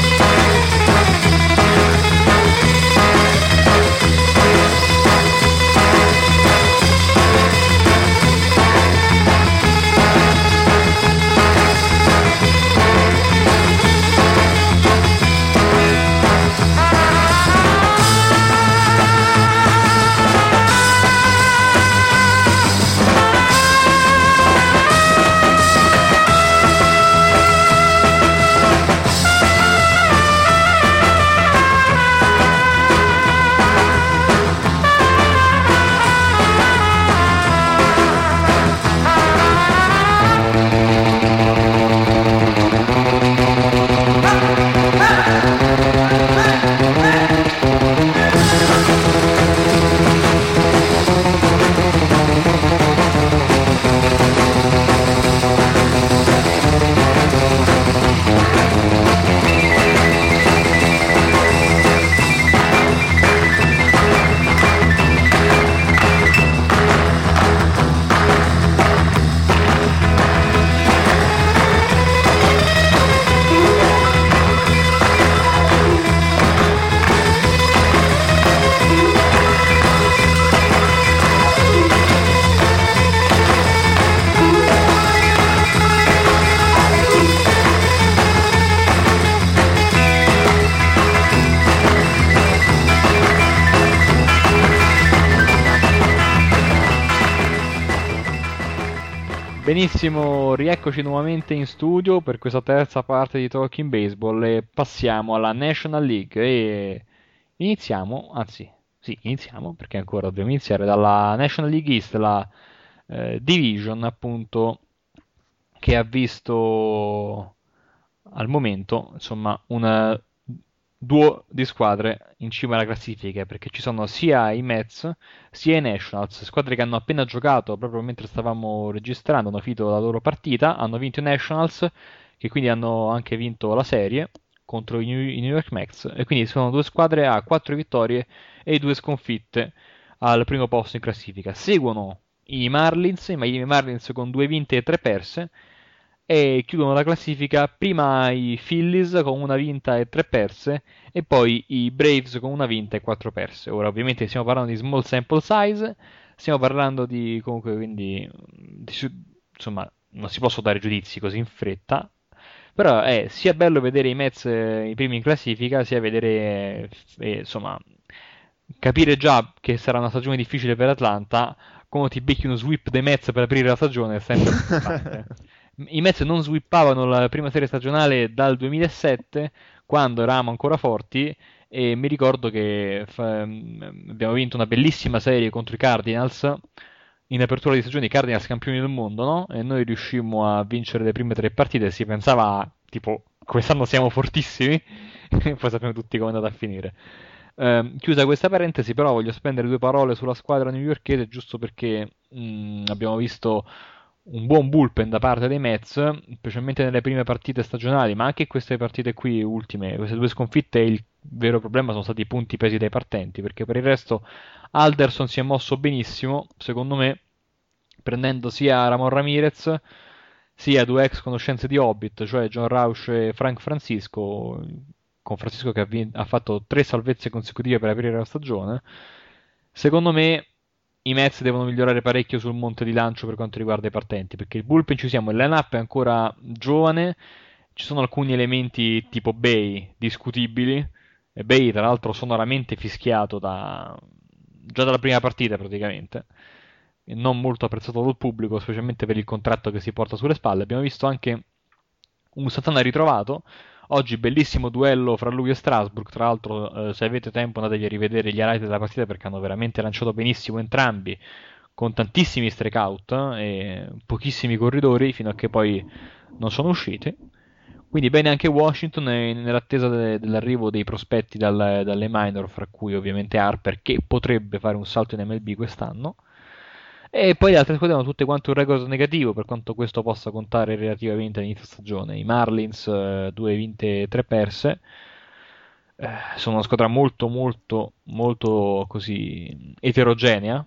Benissimo, rieccoci nuovamente in studio per questa terza parte di Talking Baseball e passiamo alla National League e iniziamo, anzi, sì, iniziamo perché ancora dobbiamo iniziare dalla National League East, la eh, division appunto che ha visto al momento, insomma, un duo di squadre in cima alla classifica, perché ci sono sia i Mets sia i Nationals, squadre che hanno appena giocato proprio mentre stavamo registrando, hanno finito la loro partita, hanno vinto i Nationals, che quindi hanno anche vinto la serie contro i New, i New York Mets, e quindi sono due squadre a quattro vittorie e due sconfitte al primo posto in classifica. Seguono i Marlins, i Miami Marlins con due vinte e tre perse, e chiudono la classifica prima i Phillies con una vinta e tre perse e poi i Braves con una vinta e quattro perse. Ora ovviamente stiamo parlando di small sample size, stiamo parlando di comunque quindi di, insomma non si possono dare giudizi così in fretta, però è sia bello vedere i Mets eh, i primi in classifica, sia vedere eh, insomma capire già che sarà una stagione difficile per Atlanta, come ti becchi uno sweep dei Mets per aprire la stagione è sempre importante. I Mets non sweepavano la prima serie stagionale dal duemilasette, quando eravamo ancora forti, e mi ricordo che fa- abbiamo vinto una bellissima serie contro i Cardinals in apertura di stagione, i Cardinals campioni del mondo, no? E noi riuscimmo a vincere le prime tre partite, si pensava tipo quest'anno siamo fortissimi, e poi sappiamo tutti come è andata a finire. Ehm, chiusa questa parentesi, però voglio spendere due parole sulla squadra newyorkese, giusto perché mh, abbiamo visto un buon bullpen da parte dei Mets, specialmente nelle prime partite stagionali, ma anche queste partite qui ultime, queste due sconfitte, il vero problema sono stati i punti presi dai partenti, perché per il resto Alderson si è mosso benissimo, secondo me, prendendo sia Ramon Ramirez sia due ex conoscenze di Hobbit, cioè John Rauch e Frank Francisco, con Francisco che ha, vin- ha fatto tre salvezze consecutive per aprire la stagione. Secondo me i Mets devono migliorare parecchio sul monte di lancio per quanto riguarda i partenti, perché il bullpen ci siamo, il line-up è ancora giovane, ci sono alcuni elementi tipo Bay discutibili, e Bay tra l'altro sonoramente fischiato da... già dalla prima partita praticamente, e non molto apprezzato dal pubblico, specialmente per il contratto che si porta sulle spalle. Abbiamo visto anche un Santana ritrovato. Oggi bellissimo duello fra lui e Strasburg, tra l'altro eh, se avete tempo andatevi a rivedere gli highlight della partita perché hanno veramente lanciato benissimo entrambi, con tantissimi strikeout eh, e pochissimi corridori fino a che poi non sono usciti. Quindi bene anche Washington e nell'attesa de- dell'arrivo dei prospetti dal- dalle minor, fra cui ovviamente Harper che potrebbe fare un salto in M L B quest'anno. E poi le altre squadre hanno tutte quante un record negativo, per quanto questo possa contare relativamente all'inizio stagione. I Marlins, eh, due vinte e tre perse, eh, sono una squadra molto, molto, molto così eterogenea.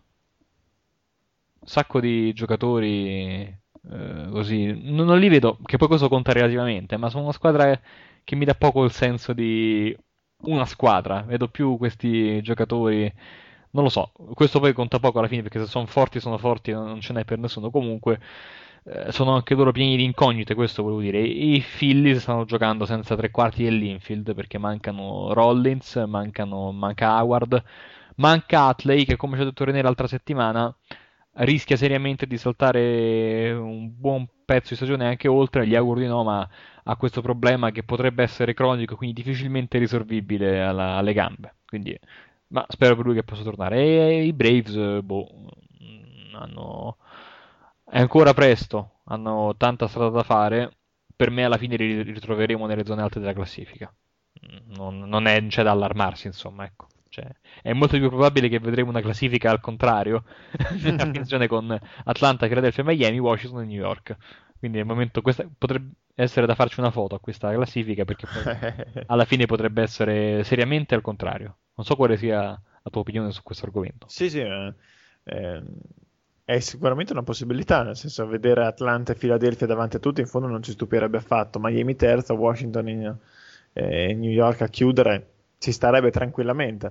Sacco di giocatori eh, così. Non, non li vedo, che poi questo conta relativamente, ma sono una squadra che mi dà poco il senso di una squadra. Vedo più questi giocatori non lo so, questo poi conta poco alla fine perché se sono forti sono forti, non non ce n'è per nessuno. Comunque eh, sono anche loro pieni di incognite, questo volevo dire. I Phillies stanno giocando senza tre quarti dell'infield perché mancano Rollins, mancano, manca Howard, manca Atley che come ci ha detto René l'altra settimana rischia seriamente di saltare un buon pezzo di stagione anche oltre, gli auguro di no, ma ha questo problema che potrebbe essere cronico, quindi difficilmente risolvibile alla- alle gambe. Quindi ma spero per lui che possa tornare. E i Braves, eh, boh, mm, hanno... è ancora presto, hanno tanta strada da fare. Per me alla fine li ritroveremo nelle zone alte della classifica. Mm, Non, non è, non c'è da allarmarsi, insomma, ecco. Cioè, è molto più probabile che vedremo una classifica al contrario, nella finzione con Atlanta, Philadelphia, Miami, Washington e New York. Quindi al momento questa potrebbe essere da farci una foto a questa classifica perché poi alla fine potrebbe essere seriamente al contrario. Non so quale sia la tua opinione su questo argomento. Sì, sì, eh, eh, è sicuramente una possibilità, nel senso vedere Atlanta e Philadelphia davanti a tutti in fondo non ci stupirebbe affatto. Miami terza, Washington in, eh, New York a chiudere ci starebbe tranquillamente.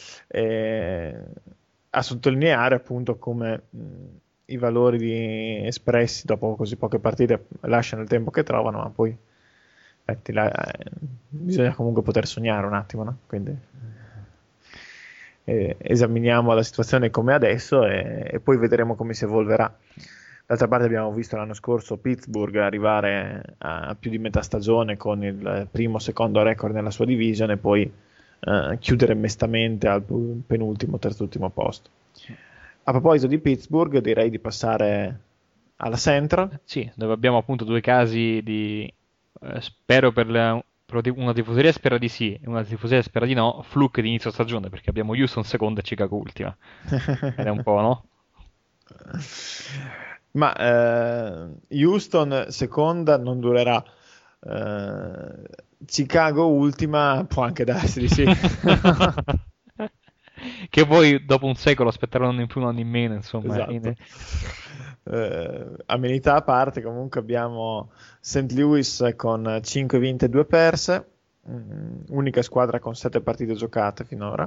Eh, a sottolineare appunto come mh, i valori di- espressi dopo così poche partite lasciano il tempo che trovano, ma poi eh, ti la- eh, bisogna comunque poter sognare un attimo, no? Quindi eh, esaminiamo la situazione come adesso e, e poi vedremo come si evolverà. D'altra parte abbiamo visto l'anno scorso Pittsburgh arrivare a più di metà stagione con il primo secondo record nella sua division e poi eh, chiudere mestamente al penultimo, terzultimo posto. A proposito di Pittsburgh, direi di passare alla Central. Sì, dove abbiamo appunto due casi di, eh, spero per la- per una tifoseria spera di sì e una tifoseria spera di no, fluke di inizio stagione, perché abbiamo Houston seconda e Chicago ultima. Ed è un po', no? Ma eh, Houston seconda non durerà. Eh, Chicago ultima può anche darsi di sì. Che poi dopo un secolo aspettare un anno in più, un anno in meno, insomma. Esatto. in- Eh, amenità a parte, comunque abbiamo Saint Louis con cinque vinte e due perse, mm, unica squadra con sette partite giocate finora.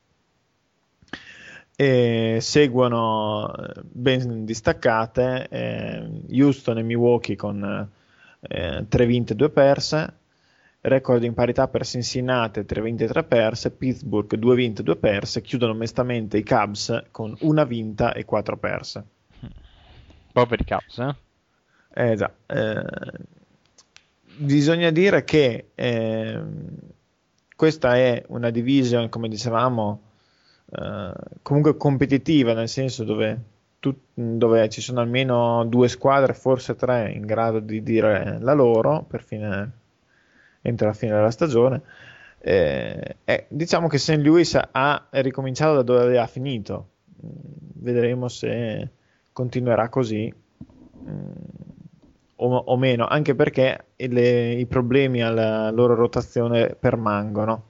E seguono eh, ben distaccate eh, Houston e Milwaukee con eh, tre vinte e due perse, record in parità per Cincinnati, tre vinte e tre perse, Pittsburgh due vinte e due perse, chiudono onestamente i Cubs con una vinta e quattro perse. Poveri Cubs, eh? Eh, già. Eh, bisogna dire che ehm, questa è una division, come dicevamo, eh, comunque competitiva, nel senso dove, tu- dove ci sono almeno due squadre, forse tre, in grado di dire la loro per fine, entro la fine della stagione. Eh, eh, diciamo che Saint Louis ha ricominciato da dove aveva finito. Mm, Vedremo se continuerà così mm, o, o meno, anche perché le- i problemi alla loro rotazione permangono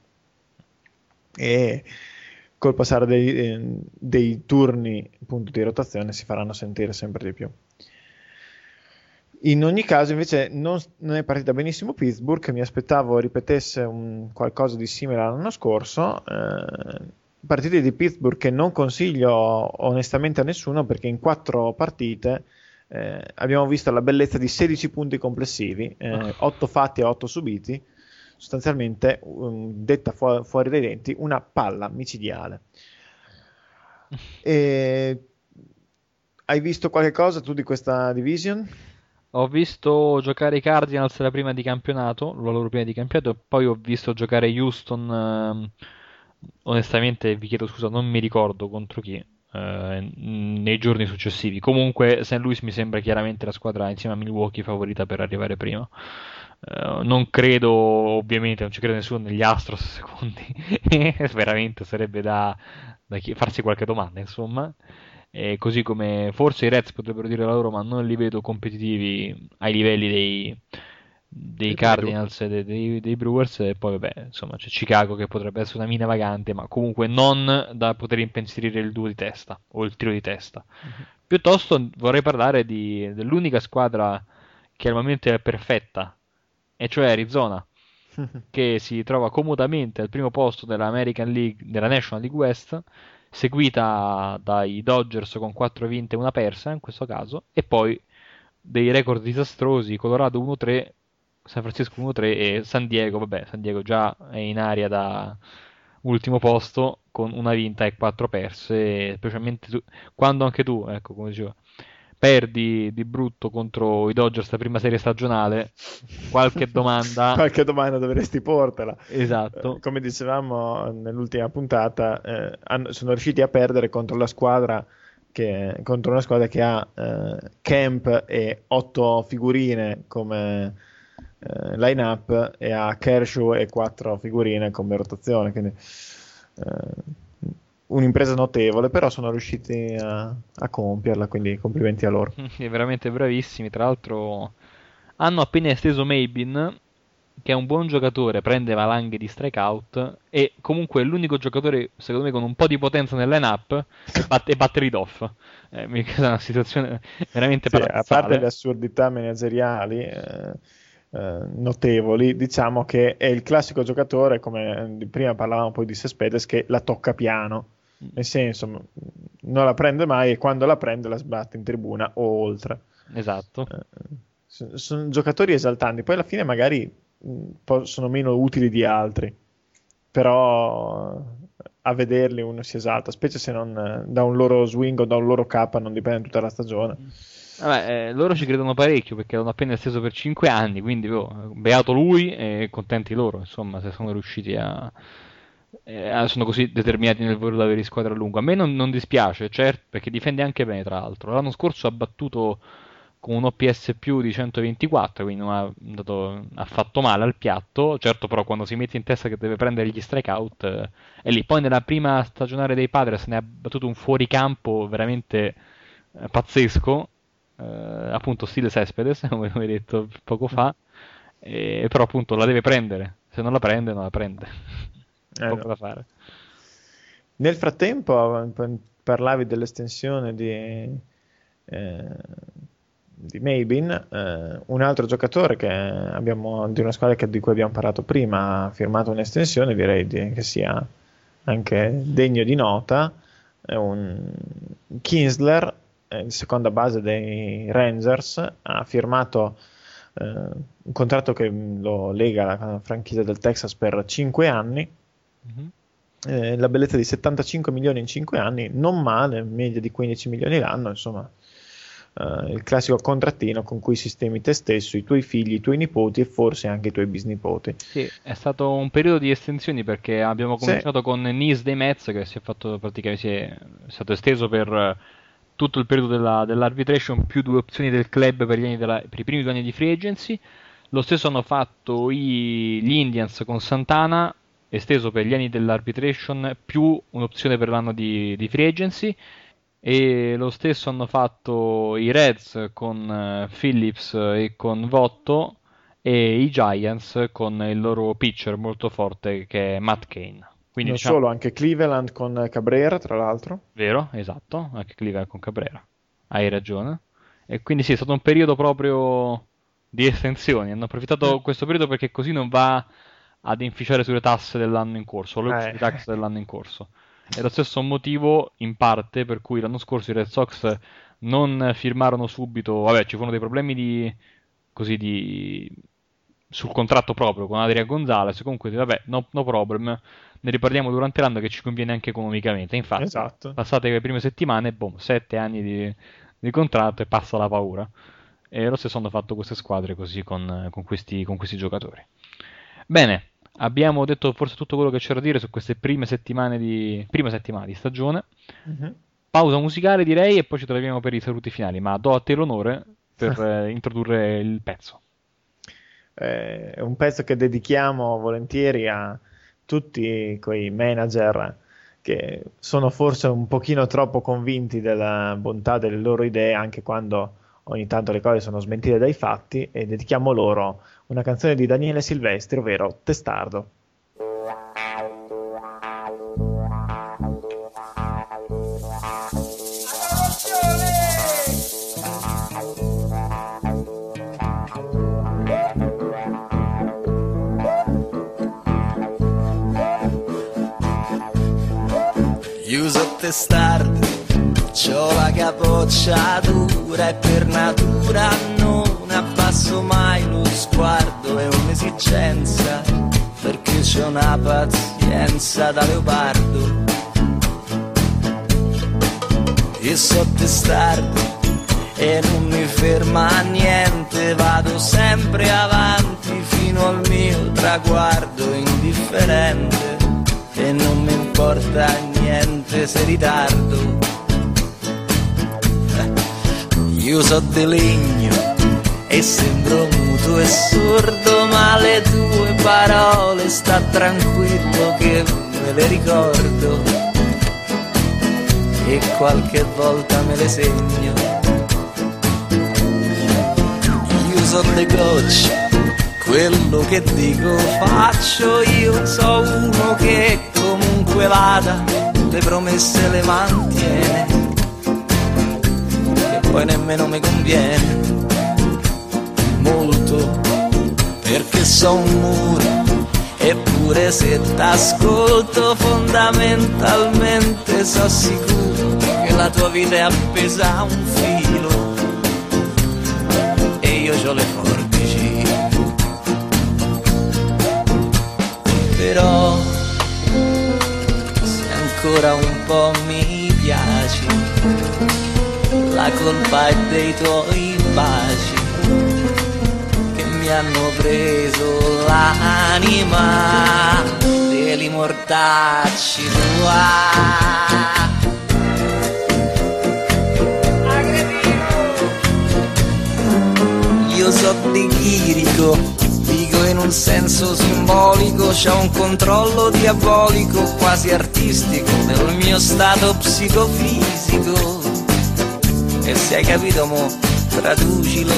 e col passare dei, eh, dei turni appunto di rotazione si faranno sentire sempre di più. In ogni caso, invece, non, non è partita benissimo Pittsburgh, che mi aspettavo ripetesse un, qualcosa di simile all'anno scorso. Eh, partite di Pittsburgh che non consiglio onestamente a nessuno, perché in quattro partite eh, abbiamo visto la bellezza di sedici punti complessivi, eh, otto fatti e otto subiti, sostanzialmente, um, detta fu- fuori dai denti, una palla micidiale. E... Hai visto qualche cosa tu di questa division? Ho visto giocare i Cardinals la prima di campionato, la loro prima di campionato, e poi ho visto giocare Houston. ehm, onestamente, vi chiedo scusa, non mi ricordo contro chi eh, nei giorni successivi. Comunque, Saint Louis mi sembra chiaramente la squadra insieme a Milwaukee favorita per arrivare prima. Eh, non credo, ovviamente, non ci crede nessuno negli Astros secondi. Veramente sarebbe da, da chi- farsi qualche domanda, insomma. E così come forse i Reds potrebbero dire la loro, ma non li vedo competitivi ai livelli dei, dei Dei Cardinals e dei, dei- dei Brewers. E poi, vabbè, insomma, c'è Chicago che potrebbe essere una mina vagante, ma comunque non da poter impensierire il duo di testa o il trio di testa. Piuttosto vorrei parlare di- dell'unica squadra che al momento è perfetta, e cioè Arizona, che si trova comodamente al primo posto della American League, della National League West, seguita dai Dodgers con quattro vinte e una persa in questo caso, e poi dei record disastrosi: Colorado uno tre, San Francisco uno tre e San Diego. Vabbè, San Diego già è in aria da ultimo posto con una vinta e quattro perse, specialmente tu- quando anche tu, ecco, come dicevo, perdi di brutto contro i Dodgers la prima serie stagionale. Qualche domanda. Qualche domanda dovresti portela. Esatto. Eh, come dicevamo nell'ultima puntata, eh, hanno- sono riusciti a perdere contro la squadra che, contro una squadra che ha eh, Camp e otto figurine come eh, line-up e ha Kershaw e quattro figurine come rotazione. Quindi eh, un'impresa notevole, però sono riusciti a, a compierla, quindi complimenti a loro. È veramente bravissimi. Tra l'altro hanno appena esteso Maybin, che è un buon giocatore, prende valanghe di strikeout e comunque è l'unico giocatore, secondo me, con un po' di potenza nel line-up e, bat- e batte lead-off. Eh, mi è una situazione veramente Sì, a paradossale. parte le assurdità manageriali eh, eh, notevoli, diciamo che è il classico giocatore, come di prima parlavamo poi di Cespedes, che la tocca piano, nel senso m- non la prende mai e quando la prende la sbatte in tribuna o oltre. Esatto. Eh, so- sono giocatori esaltanti, poi alla fine magari mh, po- sono meno utili di altri, però a vederli uno si esalta, specie se non eh, da un loro swing o da un loro K non dipende tutta la stagione. Vabbè, eh, loro ci credono parecchio perché l'hanno appena esteso per cinque anni, quindi oh, beato lui e contenti loro, insomma, se sono riusciti a... Eh, sono così determinati nel voler avere squadra a lungo. A me non, non dispiace, certo, perché difende anche bene, tra l'altro. L'anno scorso ha battuto con un O P S più di centoventiquattro, quindi non ha dato affatto male al piatto. Certo, però quando si mette in testa che deve prendere gli strikeout eh, è lì. Poi nella prima stagionale dei Padres ne ha battuto un fuoricampo veramente eh, pazzesco, eh, appunto stile Cespedes, come hai detto poco fa, e, però appunto la deve prendere. Se non la prende, non la prende. Eh, Poco no. da fare. Nel frattempo parlavi dell'estensione di, eh, di Maybin, eh, un altro giocatore che abbiamo, di una squadra che, di cui abbiamo parlato prima, ha firmato un'estensione, direi di, che sia anche degno di nota, è un Kinsler, eh, seconda base dei Rangers, ha firmato eh, un contratto che lo lega alla franchigia del Texas per cinque anni. Mm-hmm. Eh, la bellezza di settantacinque milioni in cinque anni, non male, media di quindici milioni l'anno, insomma, eh, il classico contrattino con cui sistemi te stesso, i tuoi figli, i tuoi nipoti e forse anche i tuoi bisnipoti. Sì, è stato un periodo di estensioni perché abbiamo cominciato sì. con Nis dei Mets che si è fatto praticamente si è, è stato esteso per tutto il periodo della, dell'arbitration più due opzioni del club per, gli anni della, per i primi due anni di free agency. Lo stesso hanno fatto i, gli Indians con Santana, esteso per gli anni dell'arbitration più un'opzione per l'anno di, di free agency, e lo stesso hanno fatto i Reds con uh, Phillips e con Votto, e i Giants con il loro pitcher molto forte che è Matt Cain. Quindi, non diciamo, solo, anche Cleveland con Cabrera, tra l'altro. Vero, esatto, anche Cleveland con Cabrera, hai ragione. E quindi sì, è stato un periodo proprio di estensioni, hanno approfittato di questo periodo perché così non va ad inficiare sulle tasse dell'anno in corso, le eh. tax dell'anno in corso. È lo stesso motivo, in parte, per cui l'anno scorso i Red Sox non firmarono subito, vabbè, ci furono dei problemi di, così, di, sul contratto proprio con Adrian Gonzalez, comunque, vabbè, no, no problem, ne riparliamo durante l'anno che ci conviene anche economicamente. Infatti, esatto. Passate le prime settimane, boom, sette anni di, di contratto e passa la paura. E lo stesso hanno fatto queste squadre così con, con, questi, con questi giocatori. Bene, abbiamo detto forse tutto quello che c'era da dire su queste prime settimane di, prime settimane di stagione. Mm-hmm. Pausa musicale direi e poi ci troviamo per i saluti finali, ma do a te l'onore per eh, introdurre il pezzo. Eh, è un pezzo che dedichiamo volentieri a tutti quei manager che sono forse un pochino troppo convinti della bontà delle loro idee anche quando ogni tanto le cose sono smentite dai fatti, e dedichiamo loro una canzone di Daniele Silvestri, ovvero Testardo. Io so testardo, c'ho la capoccia dura e per natura non abbasso mai lo sguardo, è un'esigenza perché c'ho una pazienza da leopardo. Io so testardo e non mi ferma niente, vado sempre avanti fino al mio traguardo indifferente, e non mi importa niente se ritardo. Io so di legno e sembro muto e sordo, ma le tue parole sta tranquillo che me le ricordo e qualche volta me le segno. Io so le gocce, quello che dico faccio, io so uno che comunque vada le promesse le mantiene, e poi nemmeno mi conviene molto perché so un muro, eppure se t'ascolto fondamentalmente so sicuro che la tua vita è appesa a un filo e io c'ho le forbici. Però dei tuoi baci che mi hanno preso l'anima degli mortacci tua. Io so di chirico, dico in un senso simbolico, c'è un controllo diabolico quasi artistico del mio stato psicofisico. E se hai capito mo, traducilo.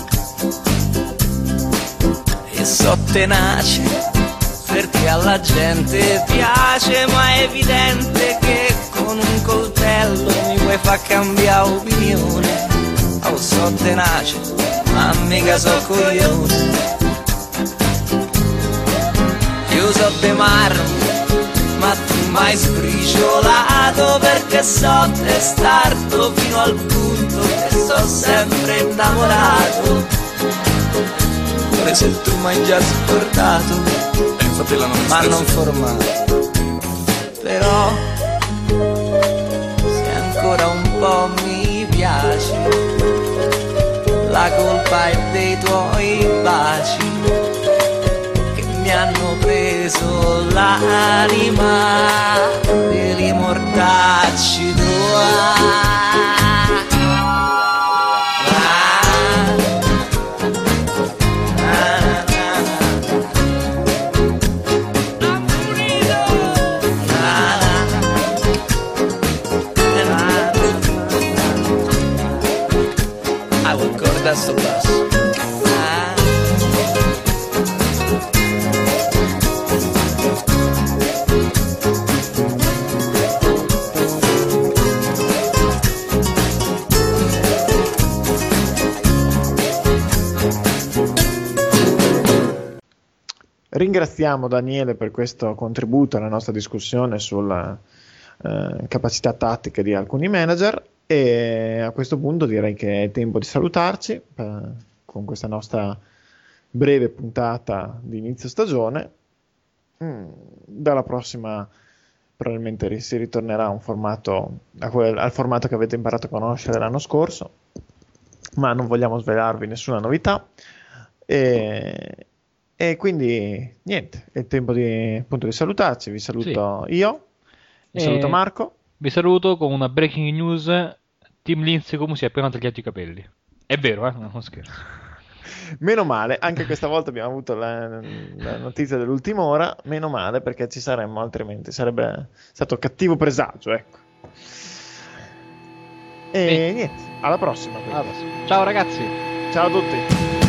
E so tenace, perché alla gente piace, ma è evidente che con un coltello mi puoi far cambiare opinione. Oh, so tenace, ma mica so coglione. Io so de marmo, ma tu mai sbriciolato, perché so testardo fino al punto che so sempre innamorato. Pure se tu mi hai già scordato, ma non formato. Però se ancora un po' mi piaci, la colpa è dei tuoi baci che mi hanno preso l'anima degli mortacci tua. Adesso passo. Ringraziamo Daniele per questo contributo alla nostra discussione sulla eh, capacità tattiche di alcuni manager. E a questo punto direi che è tempo di salutarci eh, con questa nostra breve puntata di inizio stagione. Mm, dalla prossima probabilmente si ritornerà a un formato, a quel, al formato che avete imparato a conoscere l'anno scorso, ma non vogliamo svelarvi nessuna novità. E, e quindi niente, è il tempo di, appunto, di salutarci. Vi saluto sì. io, vi e... saluto Marco. Vi saluto con una breaking news. Team Lindsay come si è appena tagliato i capelli. È vero, eh? Non scherzo. Meno male, anche questa volta abbiamo avuto la, la notizia dell'ultima ora. Meno male, perché ci saremmo altrimenti. Sarebbe stato cattivo presagio, ecco. E e niente, alla prossima, alla prossima. Ciao ragazzi. Ciao a tutti.